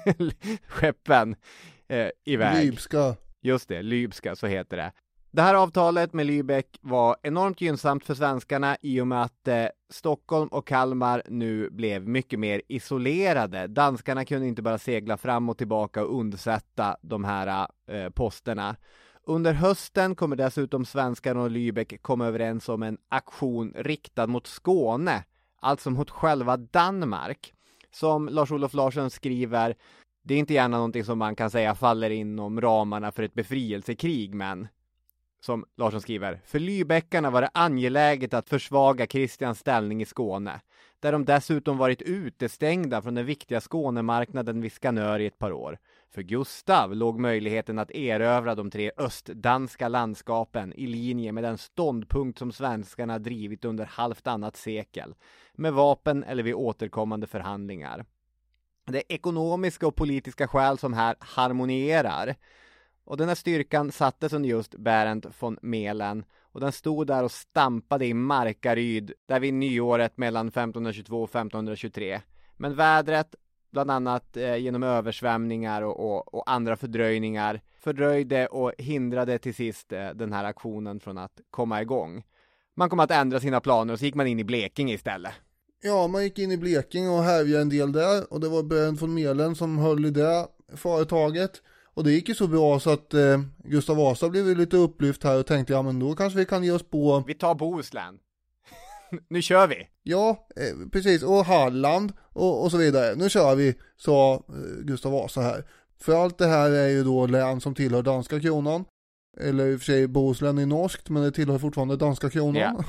skeppen eh, iväg.
Lybska.
Just det, Lybska, så heter det. Det här avtalet med Lübeck var enormt gynnsamt för svenskarna i och med att eh, Stockholm och Kalmar nu blev mycket mer isolerade. Danskarna kunde inte bara segla fram och tillbaka och undsätta de här eh, posterna. Under hösten kommer dessutom svenskarna och Lübeck komma överens om en aktion riktad mot Skåne, alltså mot själva Danmark. Som Lars-Olof Larsson skriver, det är inte gärna någonting som man kan säga faller inom ramarna för ett befrielsekrig, men som Larsson skriver, för Lübeckarna var det angeläget att försvaga Kristians ställning i Skåne, där de dessutom varit utestängda från den viktiga Skånemarknaden vid Skanör i ett par år. För Gustav låg möjligheten att erövra de tre östdanska landskapen i linje med den ståndpunkt som svenskarna drivit under halvt annat sekel, med vapen eller vid återkommande förhandlingar. Det är ekonomiska och politiska skäl som här harmonierar. Och den här styrkan sattes under just Berent von Mählen och den stod där och stampade i Markaryd där vid nyåret mellan femtonhundratjugotvå och femtonhundratjugotre. Men vädret, bland annat eh, genom översvämningar och, och, och andra fördröjningar, fördröjde och hindrade till sist eh, den här aktionen från att komma igång. Man kom att ändra sina planer och så gick man in i Blekinge istället.
Ja, man gick in i Blekinge och härjade en del där och det var Berent von Mählen som höll i det företaget. Och det gick ju så bra så att eh, Gustav Vasa blev lite upplyft här och tänkte, ja men då kanske vi kan ge oss på...
Vi tar Bohuslän. Nu kör vi.
Ja, eh, precis. Och Halland och, och så vidare. Nu kör vi, sa eh, Gustav Vasa här. För allt det här är ju då län som tillhör danska kronan. Eller i och för sig Bohuslän är norskt, men det tillhör fortfarande danska kronan. Yeah.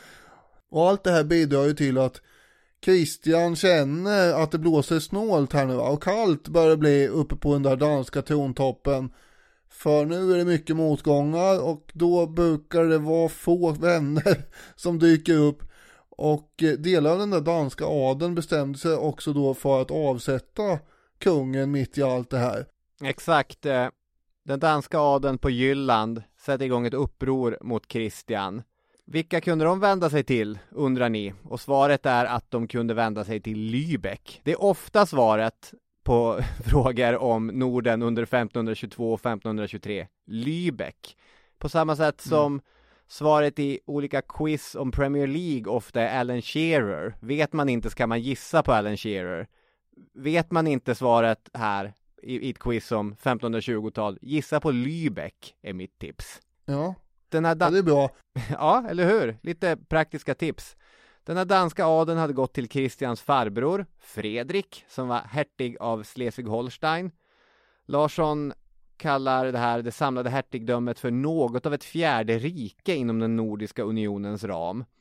Och allt det här bidrar ju till att Kristian känner att det blåser snålt här nu och kallt börjar bli uppe på den där danska trontoppen. För nu är det mycket motgångar och då brukar det vara få vänner som dyker upp. Och delar av den där danska adeln bestämde sig också då för att avsätta kungen mitt i allt det här.
Exakt. Den danska adeln på Jylland sätter igång ett uppror mot Kristian. Vilka kunde de vända sig till, undrar ni? Och svaret är att de kunde vända sig till Lübeck. Det är ofta svaret på frågor om Norden under femtonhundratjugotvå och femtonhundratjugotre. Lübeck. På samma sätt som mm. svaret i olika quiz om Premier League ofta är Alan Shearer. Vet man inte ska man gissa på Alan Shearer. Vet man inte svaret här i, i ett quiz om femtonhundratjugotal, gissa på Lübeck är mitt tips.
Ja.
Den här da-
ja, det är bra.
Ja, eller hur? Lite praktiska tips. Den här danska adeln hade gått till Kristians farbror, Fredrik, som var hertig av Schleswig-Holstein. Larsson kallar det här det samlade hertigdömet för något av ett fjärde rike inom den nordiska unionens ram.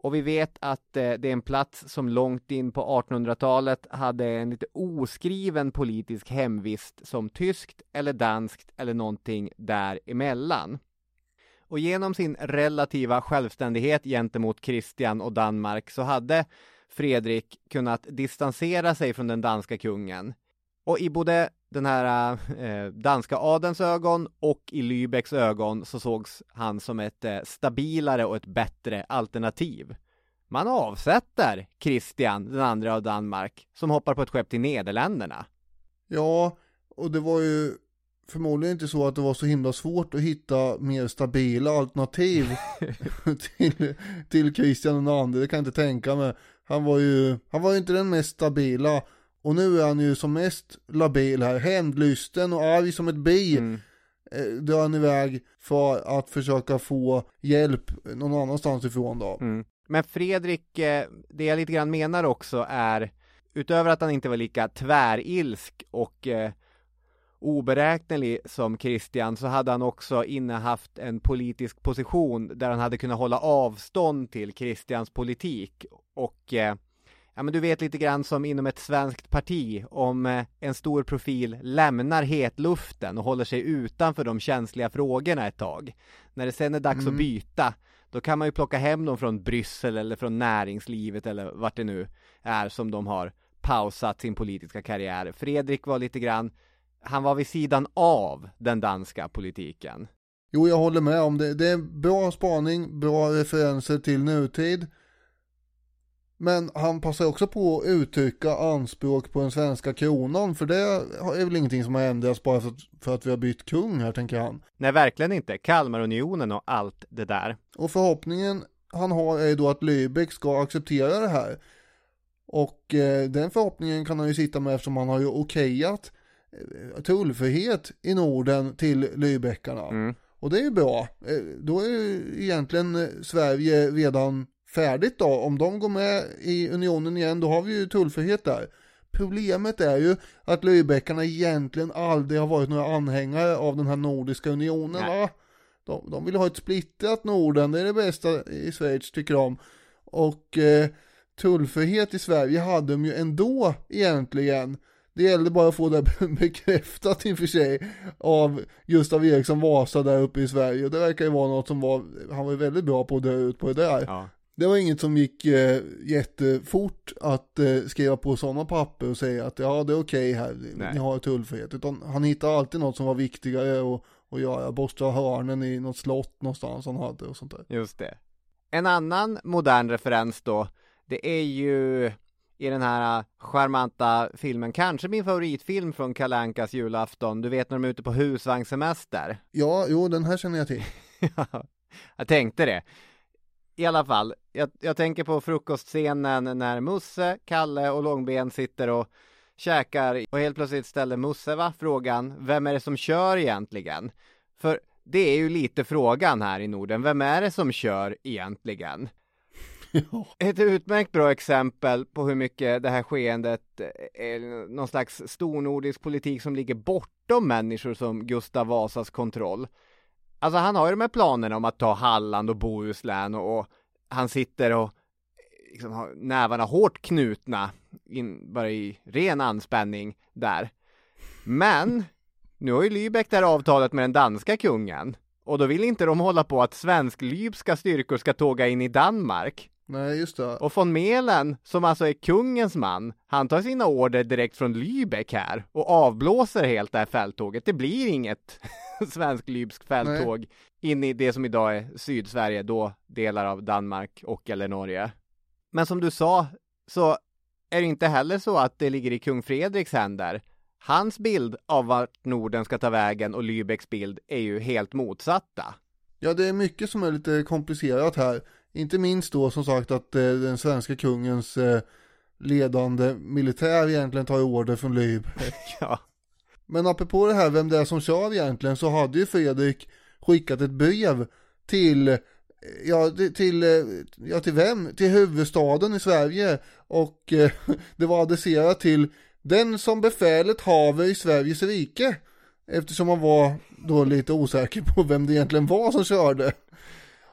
Och vi vet att eh, det är en plats som långt in på artonhundratalet hade en lite oskriven politisk hemvist som tyskt eller danskt eller någonting däremellan. Och genom sin relativa självständighet gentemot Kristian och Danmark så hade Fredrik kunnat distansera sig från den danska kungen. Och i både den här eh, danska adelns ögon och i Lübecks ögon så sågs han som ett eh, stabilare och ett bättre alternativ. Man avsätter Kristian, den andra av Danmark, som hoppar på ett skepp till Nederländerna.
Ja, och det var ju förmodligen inte så att det var så himla svårt att hitta mer stabila alternativ till, till Kristian den andra. Det kan jag inte tänka mig. Han var ju han var ju inte den mest stabila. Och nu är han ju som mest labil här. Hämndlysten och arg som ett bi. Mm. Drar han iväg för att försöka få hjälp någon annanstans ifrån då.
Mm. Men Fredrik, det jag lite grann menar också är, utöver att han inte var lika tvärilsk och eh, oberäknelig som Kristian, så hade han också innehaft en politisk position där han hade kunnat hålla avstånd till Kristians politik. Och eh, ja, men du vet lite grann som inom ett svenskt parti, om eh, en stor profil lämnar hetluften och håller sig utanför de känsliga frågorna ett tag. När det sen är dags mm. att byta, då kan man ju plocka hem dem från Bryssel eller från näringslivet eller vart det nu är som de har pausat sin politiska karriär. Fredrik var lite grann, han var vid sidan av den danska politiken.
Jo, jag håller med om det. Det är bra spaning, bra referenser till nutid. Men han passar också på att uttrycka anspråk på den svenska kronan, för det är väl ingenting som har ändrats bara för att, för att vi har bytt kung här, tänker han.
Nej, verkligen inte. Kalmarunionen och allt det där.
Och förhoppningen han har är då att Lübeck ska acceptera det här. Och eh, den förhoppningen kan han ju sitta med eftersom han har ju okejat eh, tullfrihet i Norden till Lübeckarna. Mm. Och det är ju bra. Eh, då är ju egentligen Sverige redan färdigt då. Om de går med i unionen igen, då har vi ju tullfrihet där. Problemet är ju att Lübeckarna egentligen aldrig har varit några anhängare av den här nordiska unionen. Va? De, de vill ha ett splittrat Norden, det är det bästa i Schweiz tycker de. Och eh, tullfrihet i Sverige hade de ju ändå egentligen. Det gällde bara att få det bekräftat i och för sig av Gustav Eriksson Vasa där uppe i Sverige. Och det verkar ju vara något som var, han var ju väldigt bra på att dö ut på det där. Ja. Det var inget som gick eh, jättefort att eh, skriva på sådana papper och säga att ja, det är okej här, Nej. ni har tullfrihet. Utan han hittade alltid något som var viktigare och, och göra, borsta hörnen i något slott någonstans han hade och sånt där.
Just det. En annan modern referens då, det är ju i den här charmanta filmen, kanske min favoritfilm från Kalle Ankas julafton. Du vet när de är ute på husvagnssemester.
Ja, jo, den här känner jag till.
Jag tänkte det. I alla fall, jag, jag tänker på frukostscenen när Musse, Kalle och Långben sitter och käkar och helt plötsligt ställer Musse va, frågan, vem är det som kör egentligen? För det är ju lite frågan här i Norden, vem är det som kör egentligen? Ja. Ett utmärkt bra exempel på hur mycket det här skeendet är någon slags stornordisk politik som ligger bortom människor som Gustav Vasas kontroll. Alltså han har ju de här planerna om att ta Halland och Bohuslän och, och han sitter och liksom har nävarna hårt knutna in, bara i ren anspänning där. Men nu har ju Lübeck det här avtalet med den danska kungen och då vill inte de hålla på att svensk-lybska styrkor ska tåga in i Danmark.
Nej, just det.
Och von Melen, som alltså är kungens man, han tar sina order direkt från Lübeck här och avblåser helt det här fälttåget. Det blir inget svensk-lybsk fälttåg Nej. in i det som idag är Sydsverige, då delar av Danmark och eller Norge. Men som du sa så är det inte heller så att det ligger i kung Fredriks händer. Hans bild av vart Norden ska ta vägen och Lübecks bild är ju helt motsatta.
Ja, det är mycket som är lite komplicerat här. Inte minst då som sagt att eh, den svenska kungens eh, ledande militär egentligen tar order från Lübeck.
Ja.
Men apropå det här, vem det är som kör egentligen, så hade ju Fredrik skickat ett brev till, ja, till, ja, till vem? Till huvudstaden i Sverige. Och eh, det var adresserat till den som befälet haver i Sveriges rike. Eftersom man var då lite osäker på vem det egentligen var som körde.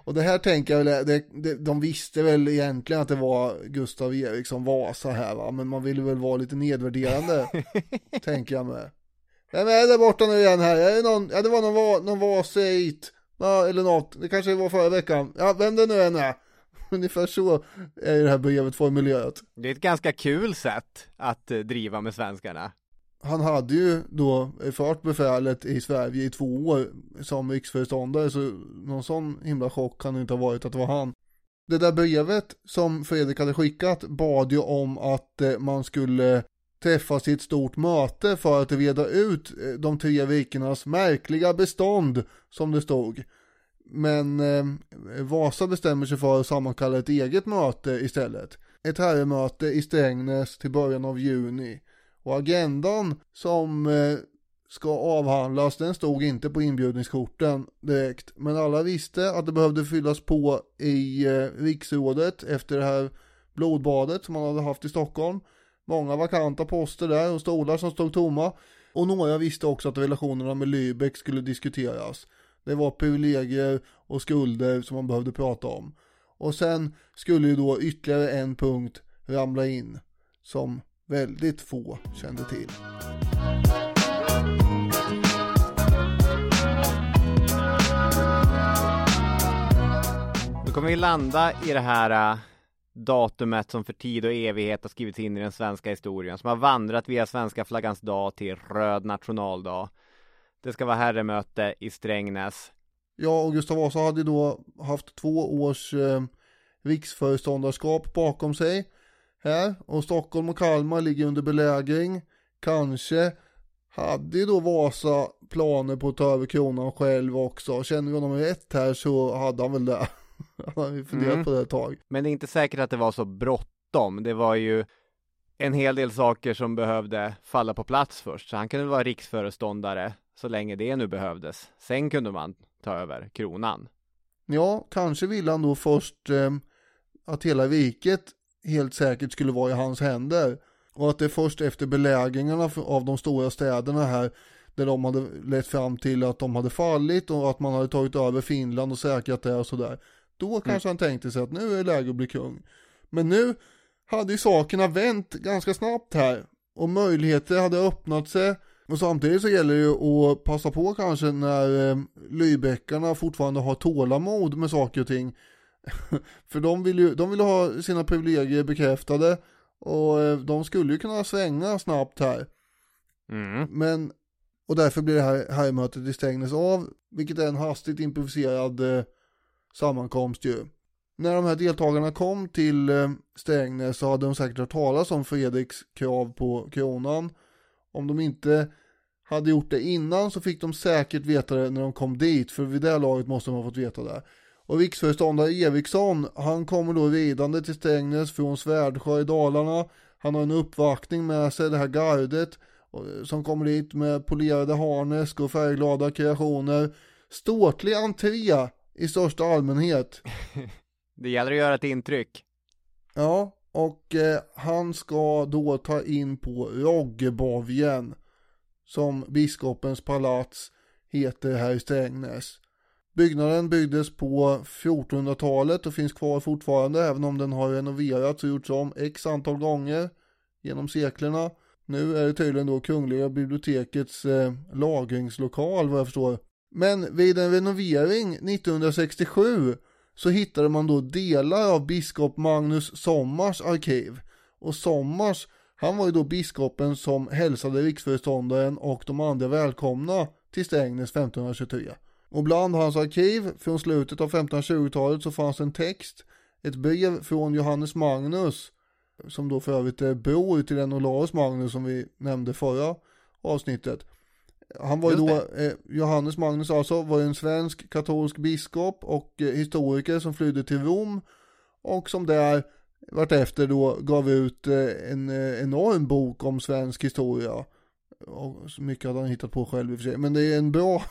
Och det här tänker jag väl, det, det, de visste väl egentligen att det var Gustav Eriksson Vasa här va, men man ville väl vara lite nedvärderande, tänker jag med. Vem är det borta nu igen här? Är det någon, ja det var någon, någon Vasait, ja, eller något, det kanske var förra veckan. Ja, vem det nu än är. Ungefär så är det här brevet formulerat.
Det är ett ganska kul sätt att eh, driva med svenskarna.
Han hade ju då fört befälet i Sverige i två år som riksföreståndare, så någon sån himla chock kan det inte ha varit att det var han. Det där brevet som Fredrik hade skickat bad ju om att eh, man skulle träffas i ett stort möte för att reda ut eh, de tre rikenas märkliga bestånd, som det stod. Men eh, Vasa bestämmer sig för att sammankalla ett eget möte istället. Ett herremöte i Strängnäs till början av juni. Och agendan som eh, ska avhandlas, den stod inte på inbjudningskorten direkt. Men alla visste att det behövde fyllas på i eh, riksrådet efter det här blodbadet som man hade haft i Stockholm. Många vakanta poster där och stolar som stod tomma. Och några visste också att relationerna med Lübeck skulle diskuteras. Det var privilegier och skulder som man behövde prata om. Och sen skulle ju då ytterligare en punkt ramla in som väldigt få kände till.
Nu kommer vi landa i det här uh, datumet som för tid och evighet har skrivits in i den svenska historien, som har vandrat via svenska flaggans dag till röd nationaldag. Det ska vara herremöte i Strängnäs.
Ja, och Gustav Vasa hade då haft två års eh, riksföreståndarskap bakom sig här. Och Stockholm och Kalmar ligger under belägring. Kanske hade ju då Vasa planer på att ta över kronan själv också. Känner vi honom rätt här så hade han väl det. Han hade funderat mm. på det ett tag.
Men det är inte säkert att det var så bråttom. Det var ju en hel del saker som behövde falla på plats först. Så han kunde vara riksföreståndare så länge det nu behövdes. Sen kunde man ta över kronan.
Ja, kanske ville han då först eh, att hela riket helt säkert skulle vara i hans händer. Och att det först efter belägringarna av de stora städerna här, där de hade lett fram till att de hade fallit och att man hade tagit över Finland och säkrat det och sådär. Då kanske mm. han tänkte sig att nu är det läge att bli kung. Men nu hade ju sakerna vänt ganska snabbt här. Och möjligheter hade öppnat sig. Och samtidigt så gäller det ju att passa på kanske när eh, Lübeckarna fortfarande har tålamod med saker och ting. För de vill ju de vill ha sina privilegier bekräftade. Och eh, de skulle ju kunna svänga snabbt här.
Mm.
Men, och därför blir det här, här mötet i Strängnäs av. Vilket är en hastigt improviserad eh, sammankomst ju. När de här deltagarna kom till eh, Strängnäs så hade de säkert hört talas om Fredriks krav på kronan. Om de inte hade gjort det innan så fick de säkert veta det när de kom dit. För vid det laget måste de ha fått veta det. Och riksföreståndare Eriksson, han kommer då ridande till Strängnäs från Svärdsjö i Dalarna. Han har en uppvaktning med sig, det här gardet som kommer dit med polerade harnesk och färgglada kreationer. Ståtlig entré i största allmänhet.
Det gäller att göra ett intryck.
Ja, och eh, han ska då ta in på Roggebovjen, som biskopens palats heter här i Strängnäs. Byggnaden byggdes på fjortonhundratalet och finns kvar fortfarande, även om den har renoverats och gjorts om x antal gånger genom seklerna. Nu är det tydligen då Kungliga bibliotekets eh, lagringslokal vad jag förstår. Men vid en renovering nittonhundrasextiosju så hittade man då delar av biskop Magnus Sommars arkiv. Och Sommars, han var ju då biskopen som hälsade riksföreståndaren och de andra välkomna till Strängnäs femtonhundratjugotre. Och bland hans arkiv från slutet av femtonhundratjugotalet så fanns en text, ett brev från Johannes Magnus, som då för övrigt är bror till den Olaus Magnus som vi nämnde förra avsnittet. Han var ju då, eh, Johannes Magnus alltså, var en svensk katolsk biskop och eh, historiker som flydde till Rom och som där vartefter då gav ut eh, en eh, enorm bok om svensk historia. Och så mycket hade han hittat på själv i och för sig. Men det är en bra,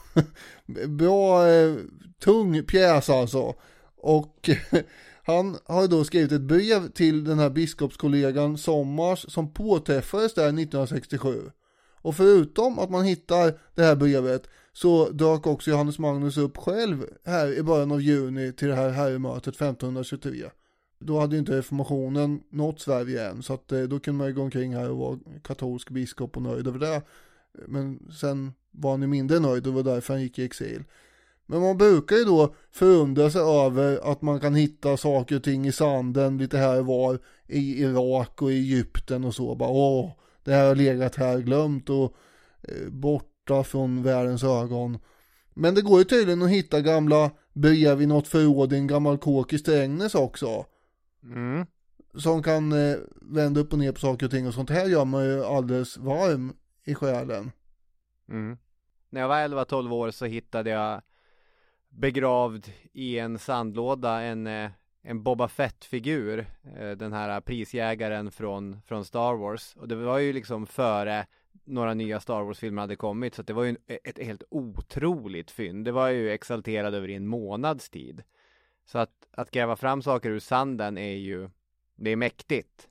bra eh, tung pjäs alltså. Och han har då skrivit ett brev till den här biskopskollegan Sommars som påträffades där nittonhundrasextiosju. Och förutom att man hittar det här brevet så dök också Johannes Magnus upp själv här i början av juni till det här herremötet femtonhundratjugotre. Då hade ju inte reformationen nått Sverige än, så att då kunde man ju gå omkring här och vara katolsk biskop och nöjd över det. Men sen var han ju mindre nöjd och var därför han gick i exil. Men man brukar ju då förundra sig över att man kan hitta saker och ting i sanden lite här och var i Irak och i Egypten och så. Bara, åh, det här har legat här glömt och eh, borta från världens ögon. Men det går ju tydligen att hitta gamla brev i något förråd i en gammal kåk i Strängnäs också.
Mm.
Som kan eh, vända upp och ner på saker och ting, och sånt här gör man ju alldeles varm i själen.
Mm. När jag var elva tolv år så hittade jag begravd i en sandlåda en, en Boba Fett-figur, den här prisjägaren från, från Star Wars. Och det var ju liksom före några nya Star Wars-filmer hade kommit, så det var ju ett helt otroligt fynd. Det var ju exalterad över i en månads tid. Så att, att gräva fram saker ur sanden är ju, det är mäktigt.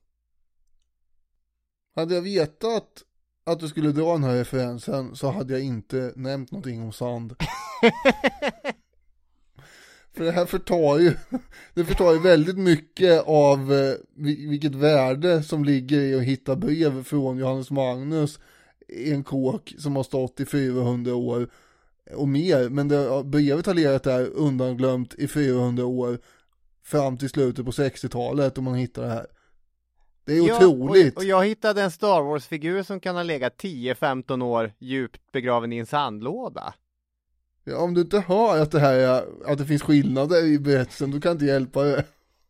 Hade jag vetat att du skulle dra den här referensen så hade jag inte nämnt någonting om sand. För det här förtar ju det förtar ju väldigt mycket av eh, vilket värde som ligger i att hitta brev från Johannes Magnus i en kåk som har stått i fyrahundra år och mer. Men det, brevet har legat där undanglömt i fyrahundra år fram till slutet på sextiotalet om man hittar det här. Det är
ja,
otroligt.
Och, och jag hittade en Star Wars-figur som kan ha legat tio femton år djupt begraven i en sandlåda.
Ja, om du inte hör att det här är, att det finns skillnader i berättelsen, då kan inte hjälpa det.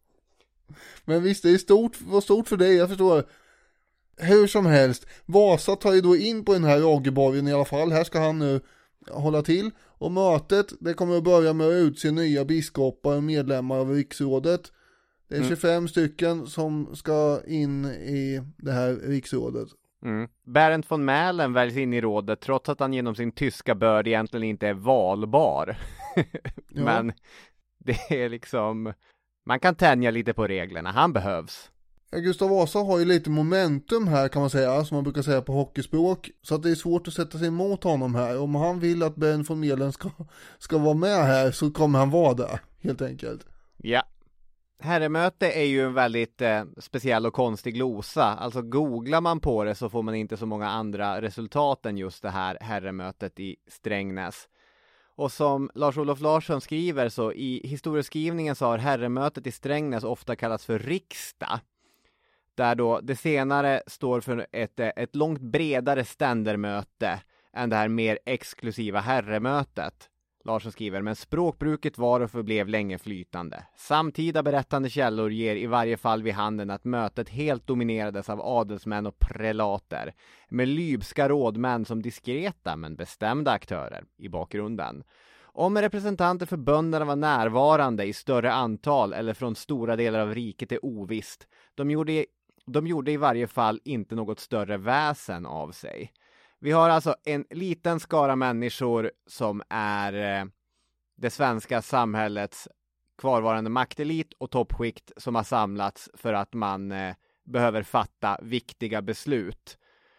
Men visst, det är stort, var stort för dig, jag förstår. Hur som helst, Vasa tar ju då in på den här Rageborgen i alla fall. Här ska han nu hålla till. Och mötet, det kommer att börja med att utse nya biskopar och medlemmar av riksrådet. Det är tjugofem mm. stycken som ska in i det här riksrådet.
Mm. Bernt von Mählen väljs in i rådet trots att han genom sin tyska börd egentligen inte är valbar.
Ja.
Men det är liksom, man kan tänja lite på reglerna, han behövs.
Ja, Gustav Vasa har ju lite momentum här kan man säga, som man brukar säga på hockeyspråk. Så att det är svårt att sätta sig emot honom här. Om han vill att Bernt von Mählen ska, ska vara med här så kommer han vara där, helt enkelt.
Ja. Herremöte är ju en väldigt eh, speciell och konstig glosa. Alltså googlar man på det så får man inte så många andra resultat än just det här herremötet i Strängnäs. Och som Lars-Olof Larsson skriver så i historieskrivningen så har herremötet i Strängnäs ofta kallats för riksdag. Där då det senare står för ett, ett långt bredare ständermöte än det här mer exklusiva herremötet. Larsson skriver, men språkbruket var och förblev länge flytande. Samtida berättande källor ger i varje fall vid handen att mötet helt dominerades av adelsmän och prelater, med lybska rådmän som diskreta men bestämda aktörer i bakgrunden. Om representanter för bönderna var närvarande i större antal eller från stora delar av riket är ovisst. De gjorde, de gjorde i varje fall inte något större väsen av sig. Vi har alltså en liten skara människor som är eh, det svenska samhällets kvarvarande maktelit och toppskikt som har samlats för att man eh, behöver fatta viktiga beslut.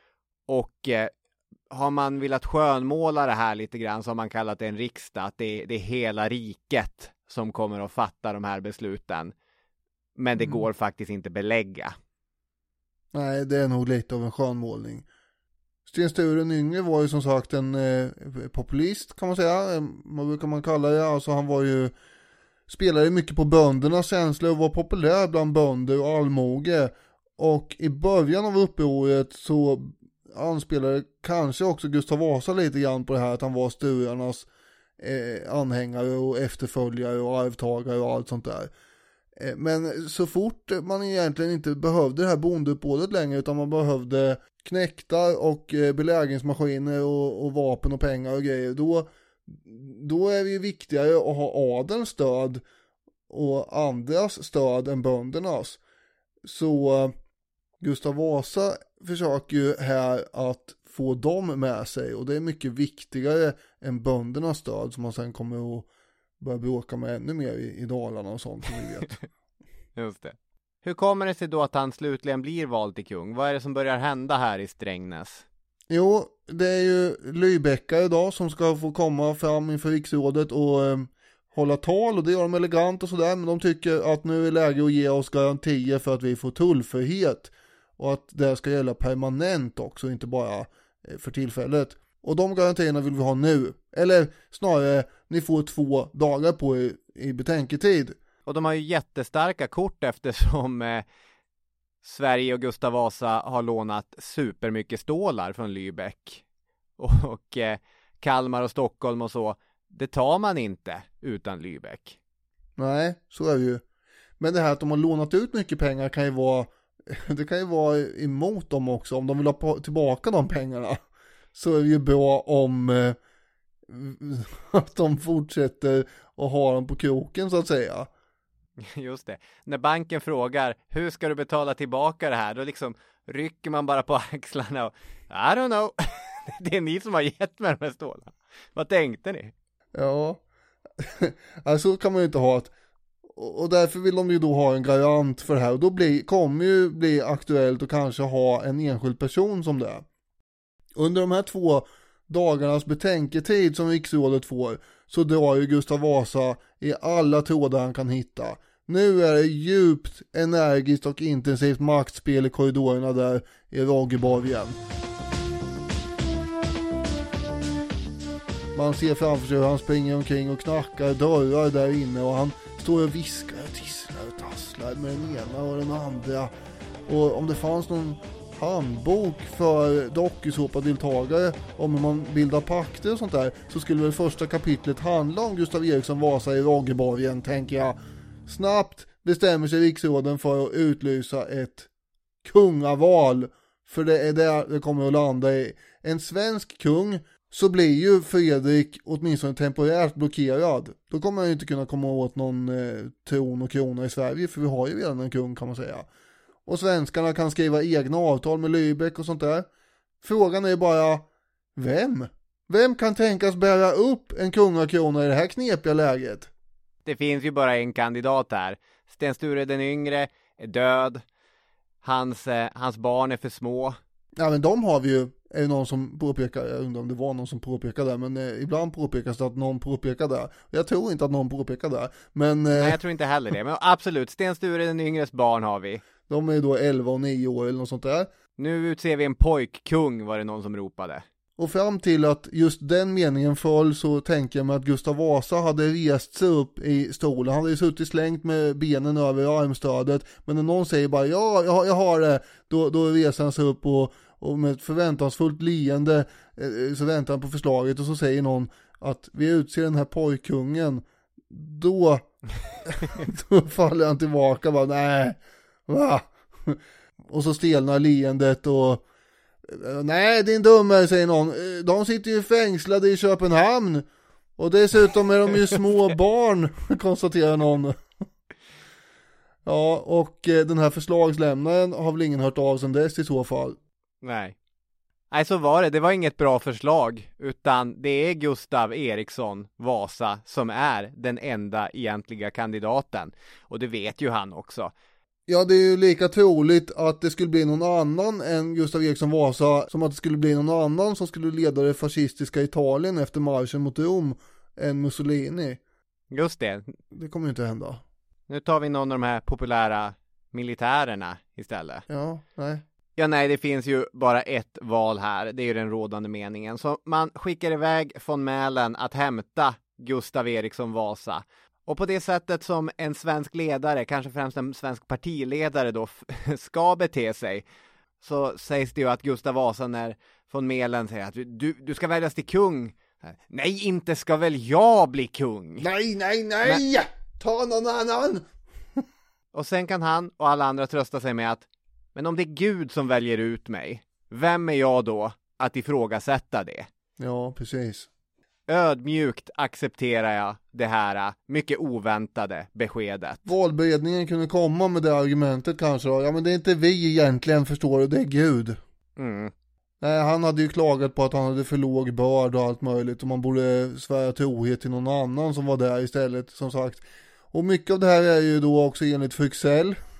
Och eh, har man velat skönmåla det här lite grann så har man kallat det en riksdag, att det, det är hela riket som kommer att fatta de här besluten. Men det mm. går faktiskt inte belägga.
Nej, det är nog lite av en skönmålning. Sten Sture Yngre var ju som sagt en eh, populist kan man säga, vad brukar man kalla det, alltså han var ju spelade mycket på böndernas känslor och var populär bland bönder och allmoge, och i början av upproret så anspelade kanske också Gustav Vasa lite grann på det här att han var Sturarnas eh, anhängare och efterföljare och arvtagare och allt sånt där. Men så fort man egentligen inte behövde det här bondeuppbådet längre utan man behövde knäktar och belägringsmaskiner och, och vapen och pengar och grejer, då, då är det ju viktigare att ha adelns stöd och andras stöd än böndernas. Så Gustav Vasa försöker ju här att få dem med sig, och det är mycket viktigare än böndernas stöd som man sen kommer att börja bråka med ännu mer i, i Dalarna och sånt som vi vet.
Just det. Hur kommer det sig då att han slutligen blir vald till kung? Vad är det som börjar hända här i Strängnäs?
Jo, det är ju Lübeckare idag som ska få komma fram inför riksrådet och eh, hålla tal, och det gör de elegant och sådär, men de tycker att nu är läge att ge oss garantier för att vi får tullfrihet och att det ska gälla permanent också, inte bara eh, för tillfället. Och de garantierna vill vi ha nu, eller snarare, ni får två dagar på er i betänketid.
Och de har ju jättestarka kort eftersom eh, Sverige och Gustav Vasa har lånat supermycket stålar från Lübeck. Och, och eh, Kalmar och Stockholm och så, det tar man inte utan Lübeck.
Nej, så är det ju. Men det här att de har lånat ut mycket pengar kan ju vara, det kan ju vara emot dem också. Om de vill ha tillbaka de pengarna så är det ju bra om eh, att de fortsätter att ha dem på kroken så att säga.
Just det. När banken frågar hur ska du betala tillbaka det här, då liksom rycker man bara på axlarna och I don't know. Det är ni som har gett mig de här stålarna. Vad tänkte ni?
Ja, alltså kan man ju inte ha ett, och därför vill de ju då ha en garant för det här, och då blir, kommer ju bli aktuellt att kanske ha en enskild person som det. Under de här två dagarnas betänketid som riksrådet får så drar ju Gustav Vasa i alla trådar han kan hitta. Nu är det djupt, energiskt och intensivt maktspel i korridorerna där i Roggeborgen. Man ser framför sig hur han springer omkring och knackar dörrar där inne, och han står och viskar och tisslar och tasslar med den ena och den andra. Och om det fanns någon handbok för dokusåpadeltagare om hur man bildar pakter och sånt där, så skulle väl första kapitlet handla om Gustav Eriksson Vasa i Roggeborgen, tänker jag. Snabbt bestämmer sig riksråden för att utlysa ett kungaval, för det är där det kommer att landa i. En svensk kung, så blir ju Fredrik åtminstone temporärt blockerad. Då kommer han ju inte kunna komma åt någon eh, tron och krona i Sverige, för vi har ju redan en kung kan man säga. Och svenskarna kan skriva egna avtal med Lübeck och sånt där. Frågan är bara, vem? Vem kan tänkas bära upp en kungakrona i det här knepiga läget?
Det finns ju bara en kandidat här. Sten Sture den yngre är död. Hans, eh, hans barn är för små.
Ja, men de har vi ju. Är det någon som påpekar, jag undrar om det var någon som påpekade det, men eh, ibland påpekas det att någon påpekar det. Jag tror inte att någon påpekar det, men... Eh,
Nej, jag tror inte heller det, men absolut, Sten Sture den yngres barn har vi.
De är då elva och nio år eller något sånt där.
Nu utser vi en pojkkung, var det någon som ropade.
Och fram till att just den meningen föll så tänker jag mig att Gustav Vasa hade rest sig upp i stolen. Han hade ju suttit slängt med benen över armstödet. Men när någon säger bara ja, jag, jag har det, då, då reser han sig upp och, och med ett förväntansfullt leende eh, så väntar han på förslaget, och så säger någon att vi utser den här pojkkungen. Då, då faller han tillbaka bara nej, va? Och så stelnar leendet och nej, din dumme, säger någon. De sitter ju fängslade i Köpenhamn. Och dessutom är de ju små barn, konstaterar någon. Ja, och den här förslagslämnaren har väl ingen hört av sedan dess i så fall.
Nej. Nej, så var det. Det var inget bra förslag, utan det är Gustav Eriksson Vasa som är den enda egentliga kandidaten. Och det vet ju han också.
Ja, det är ju lika troligt att det skulle bli någon annan än Gustav Eriksson Vasa som att det skulle bli någon annan som skulle leda det fascistiska Italien efter marschen mot Rom än Mussolini.
Just det.
Det kommer ju inte hända.
Nu tar vi någon av de här populära militärerna istället.
Ja, nej.
Ja, nej, det finns ju bara ett val här. Det är ju den rådande meningen. Så man skickar iväg von Mälen att hämta Gustav Eriksson Vasa. Och på det sättet som en svensk ledare, kanske främst en svensk partiledare då, ska bete sig, så sägs det ju att Gustav Vasa, när von Mälen säger att du, du ska väljas till kung. Nej, inte ska väl jag bli kung?
Nej, nej, nej! Men... ta någon annan!
Och sen kan han och alla andra trösta sig med att men om det är Gud som väljer ut mig, vem är jag då att ifrågasätta det?
Ja, precis.
Ödmjukt accepterar jag det här mycket oväntade beskedet.
Valberedningen kunde komma med det argumentet kanske då. Ja, men det är inte vi egentligen, förstår du, det är Gud.
Mm.
Nej, han hade ju klagat på att han hade för låg börd och allt möjligt, och man borde svära trohet till någon annan som var där istället, som sagt. Och mycket av det här är ju då också enligt Fryxell,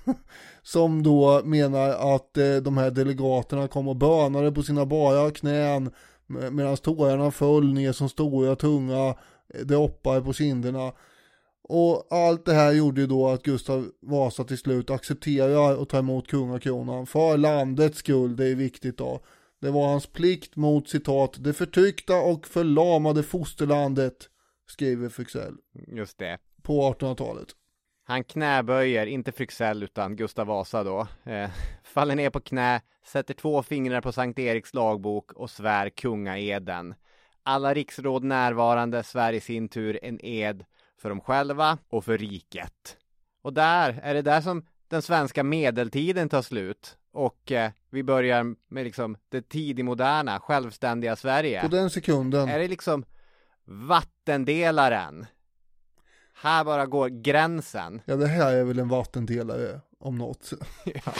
som då menar att eh, de här delegaterna kom och bönade på sina bara knän medan tårarna föll ner som stora tunga droppar på kinderna. Och allt det här gjorde ju då att Gustav Vasa till slut accepterar att ta emot kungakronan för landets skull, det är viktigt då. Det var hans plikt mot, citat, det förtryckta och förlamade fosterlandet, skriver Fryxell.
Just det.
På artonhundratalet.
Han knäböjer, inte Fryxell utan Gustav Vasa då. Eh, faller ner på knä, sätter två fingrar på Sankt Eriks lagbok och svär kungaeden. Alla riksråd närvarande svär i sin tur en ed för dem själva och för riket. Och där är det där som den svenska medeltiden tar slut. Och eh, vi börjar med liksom det tidigmoderna, självständiga Sverige.
På den sekunden.
Är det liksom vattendelaren. Här bara går gränsen.
Ja, det här är väl en vattendelare om något.
ja.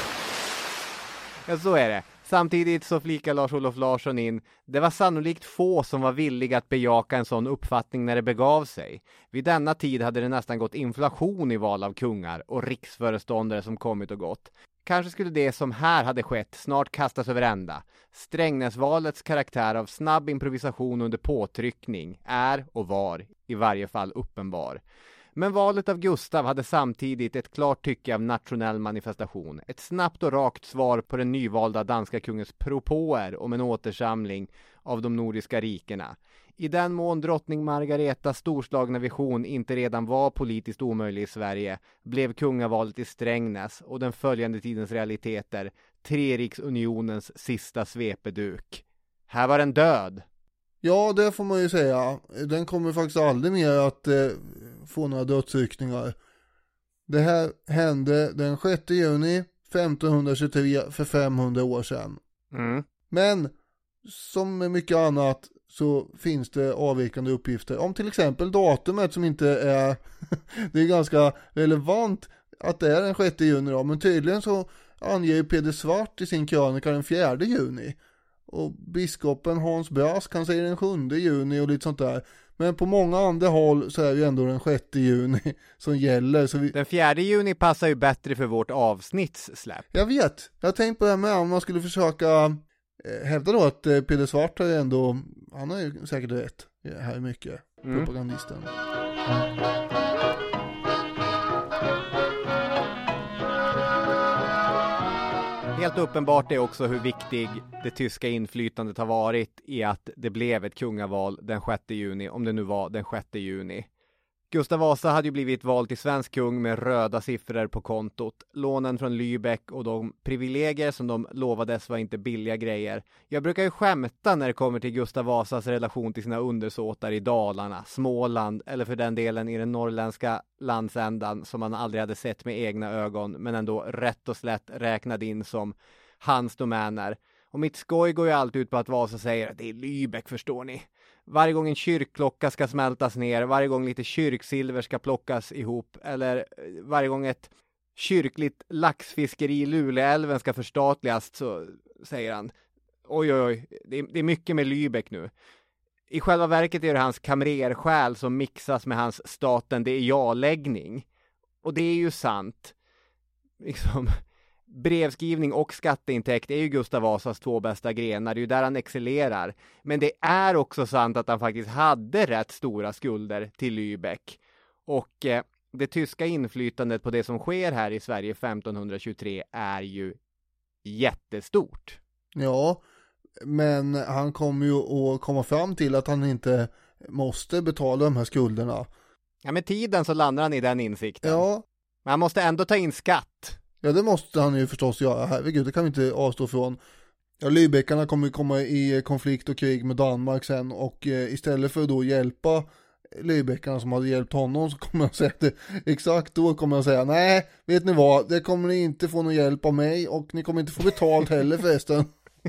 ja, så är det. Samtidigt så flikar Lars-Olof Larsson in, det var sannolikt få som var villiga att bejaka en sån uppfattning när det begav sig. Vid denna tid hade det nästan gått inflation i val av kungar och riksföreståndare som kommit och gått. Kanske skulle det som här hade skett snart kastas över ända. Strängnäsvalets karaktär av snabb improvisation under påtryckning är och var i varje fall uppenbar. Men valet av Gustav hade samtidigt ett klart tycke av nationell manifestation. Ett snabbt och rakt svar på den nyvalda danska kungens propåer om en återsamling av de nordiska rikena. I den mån drottning Margaretas storslagna vision inte redan var politiskt omöjlig i Sverige blev kungavalet i Strängnäs och den följande tidens realiteter Treriksunionens sista svepeduk. Här var den död.
Ja, det får man ju säga. Den kommer faktiskt aldrig mer att eh, få några dödsryckningar. Det här hände den sjätte juni femtonhundratjugotre för femhundra år sedan.
Mm.
Men som med mycket annat så finns det avvikande uppgifter om till exempel datumet som inte är det är ganska relevant att det är den sjätte juni då, men tydligen så anger Peder Svart i sin krönika den fjärde juni och biskopen Hans Brask kan säga den sjunde juni och lite sånt där, men på många andra håll så är det ändå den sjätte juni som gäller. Så vi...
Den fjärde juni passar ju bättre för vårt avsnittssläpp.
Jag vet, jag har tänkt på det här med om man skulle försöka hävda då att Peder Svart har ju ändå, han har ju säkert rätt här mycket, mm. propagandisten.
Helt uppenbart är också hur viktig det tyska inflytandet har varit i att det blev ett kungaval den sjätte juni, om det nu var den sjätte juni. Gustav Vasa hade ju blivit vald till svensk kung med röda siffror på kontot. Lånen från Lübeck och de privilegier som de lovades var inte billiga grejer. Jag brukar ju skämta när det kommer till Gustav Vasas relation till sina undersåtar i Dalarna, Småland eller för den delen i den norrländska landsändan som man aldrig hade sett med egna ögon men ändå rätt och slätt räknad in som hans domäner. Och mitt skoj går ju alltid ut på att Vasa säger att det är Lübeck, förstår ni. Varje gång en kyrkklocka ska smältas ner, varje gång lite kyrksilver ska plockas ihop eller varje gång ett kyrkligt laxfiskeri i Luleälven ska förstatligas så säger han oj oj oj, det är, det är mycket med Lübeck nu. I själva verket är det hans kamrersjäl som mixas med hans staten, det är jag-läggning. Och det är ju sant. Liksom... Brevskrivning och skatteintäkt är ju Gustav Vasas två bästa grenar, det är ju där han excellerar. Men det är också sant att han faktiskt hade rätt stora skulder till Lübeck. Och eh, det tyska inflytandet på det som sker här i Sverige femtonhundratjugotre är ju jättestort.
Ja, men han kommer ju att komma fram till att han inte måste betala de här skulderna.
Ja, med tiden så landar han i den insikten.
Ja.
Men han måste ändå ta in skatt.
Ja, det måste han ju förstås göra. Herregud, det kan vi inte avstå från. Ja, Lübeckarna kommer komma i konflikt och krig med Danmark sen och eh, istället för att då hjälpa Lübeckarna som hade hjälpt honom så kommer han säga att det, exakt då kommer han säga nej, vet ni vad, det kommer ni inte få någon hjälp av mig och ni kommer inte få betalt heller förresten.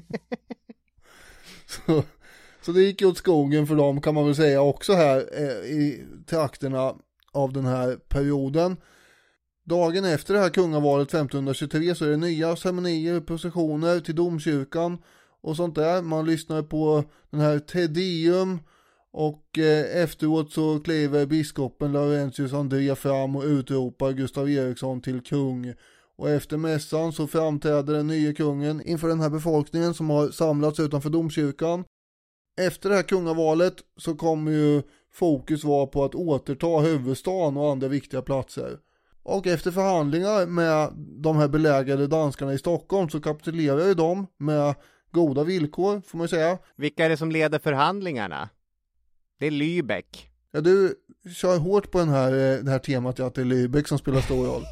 så, så det gick ju åt skogen för dem kan man väl säga också här eh, i trakterna av den här perioden. Dagen efter det här kungavalet femtonhundratjugotre så är det nya ceremonier och processioner till domkyrkan och sånt där. Man lyssnar på den här Te Deum Och eh, efteråt så kliver biskopen Laurentius André fram och utropar Gustav Eriksson till kung. Och efter mässan så framträder den nya kungen inför den här befolkningen som har samlats utanför domkyrkan. Efter det här kungavalet så kommer ju fokus vara på att återta huvudstaden och andra viktiga platser. Och efter förhandlingar med de här belägrade danskarna i Stockholm så kapitulerar ju de med goda villkor, får man säga. Vilka
är det som leder förhandlingarna? Det är Lübeck.
Ja, du kör hårt på den här, det här temat att det är Lübeck som spelar stor roll.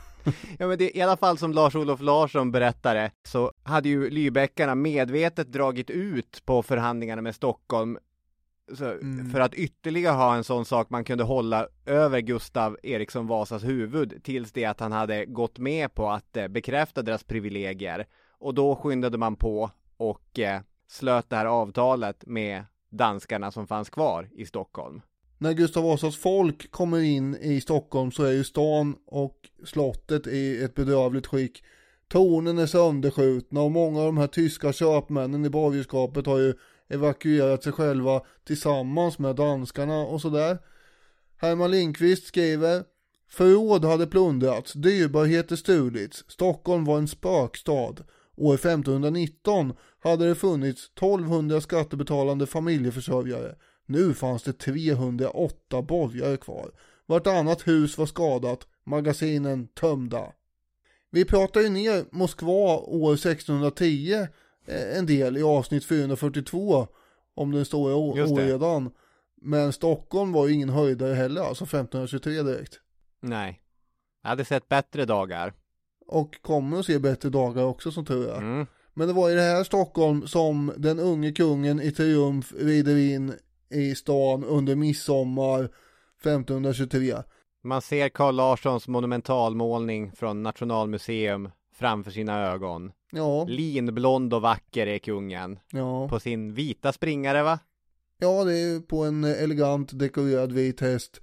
Ja, men det, i alla fall som Lars-Olof Larsson berättade så hade ju Lübeckarna medvetet dragit ut på förhandlingarna med Stockholm så, mm. för att ytterligare ha en sån sak man kunde hålla över Gustav Eriksson Vasas huvud tills det att han hade gått med på att eh, bekräfta deras privilegier. Och då skyndade man på och eh, slöt det här avtalet med danskarna som fanns kvar i Stockholm.
När Gustav Vasas folk kommer in i Stockholm så är ju stan och slottet i ett bedrövligt skick. Tornen är sönderskjutna och många av de här tyska köpmännen i borgerskapet har ju evakuerat sig själva tillsammans med danskarna och sådär. Herman Lindqvist skriver: förråd hade plundrats, dyrbarheter stulits, Stockholm var en spökstad. År femtonhundranitton hade det funnits tolvhundra skattebetalande familjeförsörjare. Nu fanns det trehundraåtta borgare kvar. Vartannat hus var skadat, magasinen tömda. Vi pratar ju ner Moskva år sextonhundratio en del i avsnitt fyrahundrafyrtiotvå om den stora oredan. Men Stockholm var ju ingen höjdare heller, alltså femtonhundratjugotre direkt.
Nej, jag hade sett bättre dagar.
Och kommer att se bättre dagar också som tur är.
Mm.
Men det var i det här Stockholm som den unge kungen i triumf rider in i stan under midsommar femtonhundratjugotre.
Man ser Carl Larssons monumentalmålning från Nationalmuseum framför sina ögon.
Ja.
Linblond och vacker är kungen.
Ja.
På sin vita springare, va?
Ja, det är på en elegant dekorerad vit häst.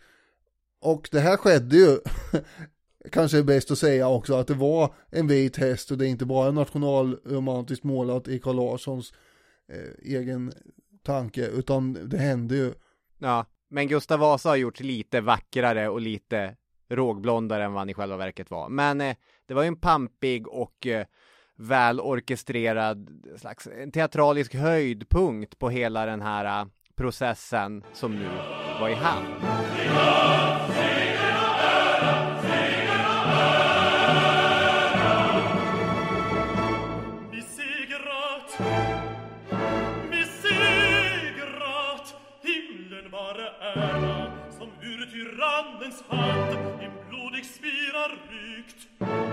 Och det här skedde ju kanske är bäst att säga också att det var en vit häst och det är inte bara nationalromantiskt målat i Carl Larssons eh, egen tanke, utan det hände ju.
Ja, men Gustav Vasa har gjort lite vackrare och lite rågblondare än vad han i själva verket var. Men eh, det var ju en pampig och eh, väl orkestrerad slags en teatralisk höjdpunkt på hela den här uh, processen som nu var i hamn.
Vi segrat, vi segrat, himlen vare ära, som ur tyrannens hand en blodig spira rykt.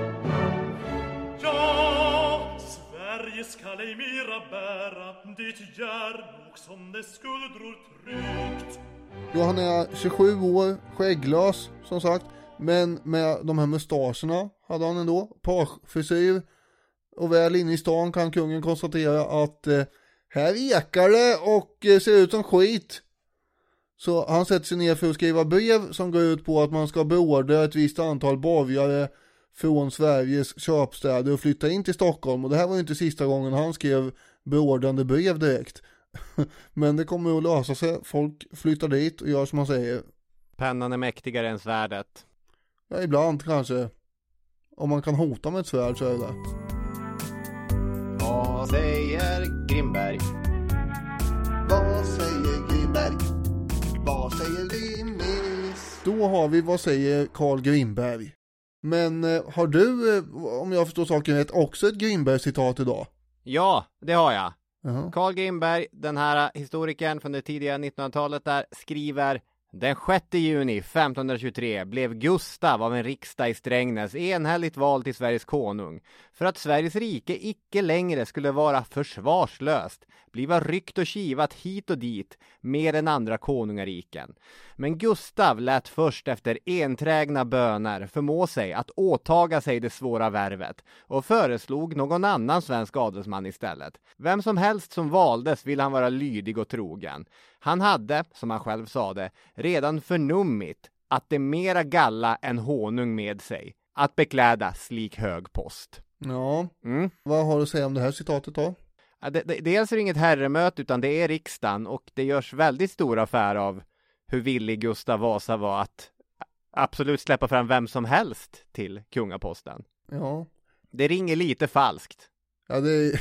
Ja, Sverige skall ej mera bära det järnok som dess skuldror tryckt.
Då han är tjugosju år, skägglös som sagt, men med de här mustascherna hade han ändå, pagefrisyr, och väl inne i stan kan kungen konstatera att eh, här ekar det och eh, ser ut som skit. Så han sätter sig ner för att skriva brev som går ut på att man ska beordra ett visst antal borgare från Sveriges köpstäder och flytta in till Stockholm. Och det här var ju inte sista gången han skrev beordrande brev direkt. Men det kommer att lösa sig. Folk flyttar dit och gör som man säger.
Pennan är mäktigare än svärdet.
Ja, ibland kanske. Om man kan hota med ett svärd så är det.
Vad säger Grimberg?
Vad säger Grimberg? Vad säger Grimmis? Då har vi vad säger Carl Grimberg. Men eh, har du, eh, om jag förstår saken rätt, också ett Grimberg-citat idag?
Ja, det har jag.
Uh-huh.
Carl Grimberg, den här historikern från det tidiga nittonhundratalet där, skriver: den sjätte juni femtonhundratjugotre blev Gustav av en riksdag i Strängnäs enhälligt vald till Sveriges konung för att Sveriges rike icke längre skulle vara försvarslöst, bliva ryckt och kivat hit och dit mer än andra konungariken. Men Gustav lät först efter enträgna böner förmå sig att åtaga sig det svåra värvet och föreslog någon annan svensk adelsman istället. Vem som helst som valdes ville han vara lydig och trogen. Han hade, som han själv sade, redan förnummit att det mera galla än honung med sig att bekläda slik hög post.
Ja,
mm.
Vad har du att säga om det här citatet då?
Ja, det, det, dels är det inget herremöte utan det är riksdagen, och det görs väldigt stora affär av hur villig Gustav Vasa var att absolut släppa fram vem som helst till kungaposten.
Ja.
Det ringer lite falskt.
Ja, det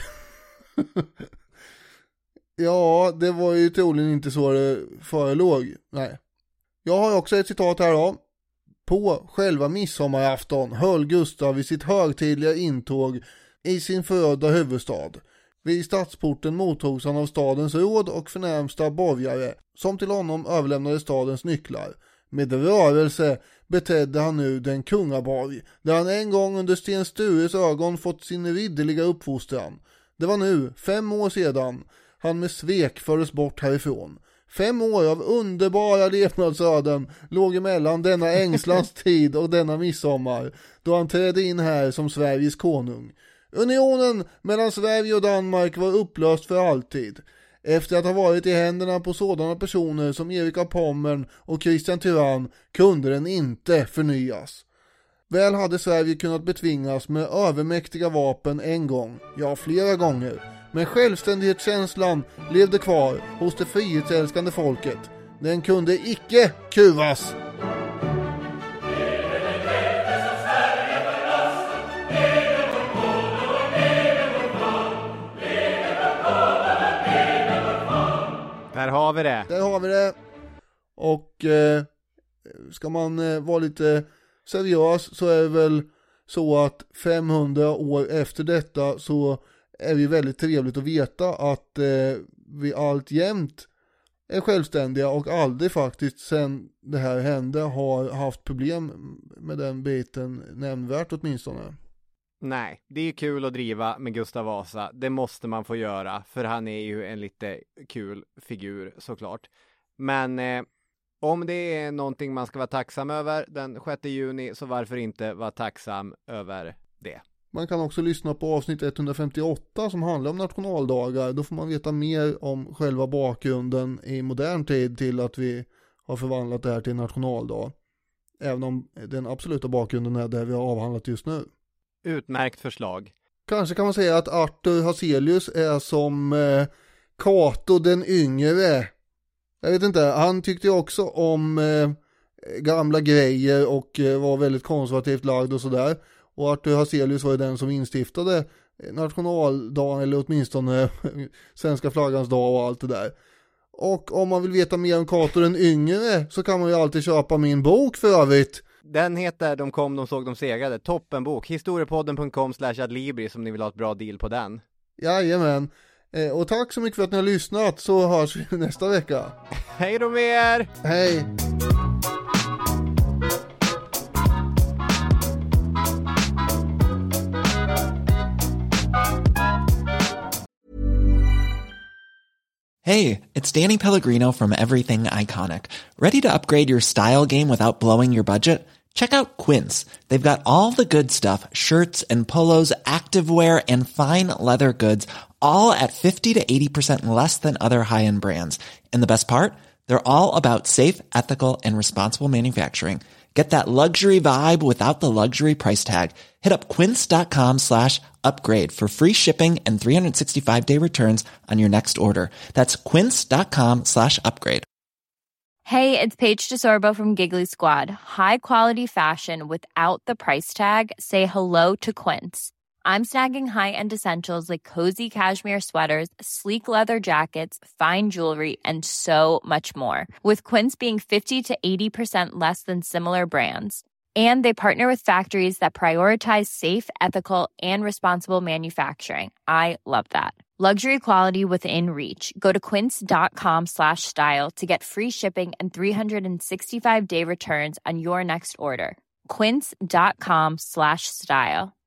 Ja, det var ju troligen inte så det förelåg. Nej. Jag har också ett citat här då. På själva midsommarafton höll Gustav vid sitt högtidliga intåg i sin födda huvudstad. Vid stadsporten mottogs han av stadens råd och förnämsta borgare, som till honom överlämnade stadens nycklar. Med rörelse betedde han nu den kungaborg, där han en gång under Sten Stures ögon fått sin ridderliga uppfostran. Det var nu, fem år sedan, han med svek fördes bort härifrån. Fem år av underbara levnadsöden låg emellan denna ängslans tid och denna midsommar, då han trädde in här som Sveriges konung. Unionen mellan Sverige och Danmark var upplöst för alltid. Efter att ha varit i händerna på sådana personer som Erik av Pommern och Kristian Tyrann kunde den inte förnyas. Väl hade Sverige kunnat betvingas med övermäktiga vapen en gång, ja flera gånger. Men självständighetskänslan levde kvar hos det frihetsälskande folket. Den kunde icke kuvas.
Där har vi det.
Där har vi det. Och eh, ska man eh, vara lite seriös så är det väl så att femhundra år efter detta så är det väldigt trevligt att veta att eh, vi alltjämt är självständiga och aldrig faktiskt sedan det här hände har haft problem med den biten nämnvärt åtminstone.
Nej, det är kul att driva med Gustav Vasa. Det måste man få göra, för han är ju en lite kul figur såklart. Men eh, om det är någonting man ska vara tacksam över den sjätte juni, så varför inte vara tacksam över det?
Man kan också lyssna på avsnitt etthundrafemtioåtta som handlar om nationaldagar. Då får man veta mer om själva bakgrunden i modern tid till att vi har förvandlat det här till nationaldag. Även om den absoluta bakgrunden är det vi har avhandlat just nu.
Utmärkt förslag.
Kanske kan man säga att Arthur Hazelius är som eh, Cato den yngre. Jag vet inte, han tyckte ju också om eh, gamla grejer och eh, var väldigt konservativt lagd och sådär. Och Arthur Hazelius var ju den som instiftade nationaldagen, eller åtminstone svenska flaggans dag och allt det där. Och om man vill veta mer om Cato den yngre så kan man ju alltid köpa min bok för övrigt.
Den heter De kom, de såg, de segrade. Toppenbok. historiepodden punkt com slash adlibris om ni vill ha ett bra deal på den.
Jajamän. Eh, och tack så mycket för att ni har lyssnat, så hörs vi nästa vecka.
Hej då med er!
Hej!
Hey, it's Danny Pellegrino from Everything Iconic. Ready to upgrade your style game without blowing your budget? Check out Quince. They've got all the good stuff, shirts and polos, activewear, and fine leather goods, all at fifty to eighty percent less than other high-end brands. And the best part? They're all about safe, ethical, and responsible manufacturing. Get that luxury vibe without the luxury price tag. Hit up quince.com slash upgrade for free shipping and three sixty-five day returns on your next order. That's quince.com slash upgrade.
Hey, it's Paige DeSorbo from Giggly Squad. High quality fashion without the price tag. Say hello to Quince. I'm snagging high-end essentials like cozy cashmere sweaters, sleek leather jackets, fine jewelry, and so much more. With Quince being fifty to eighty percent less than similar brands. And they partner with factories that prioritize safe, ethical, and responsible manufacturing. I love that. Luxury quality within reach. Go to quince.com slash style to get free shipping and three sixty-five day returns on your next order. Quince.com slash style.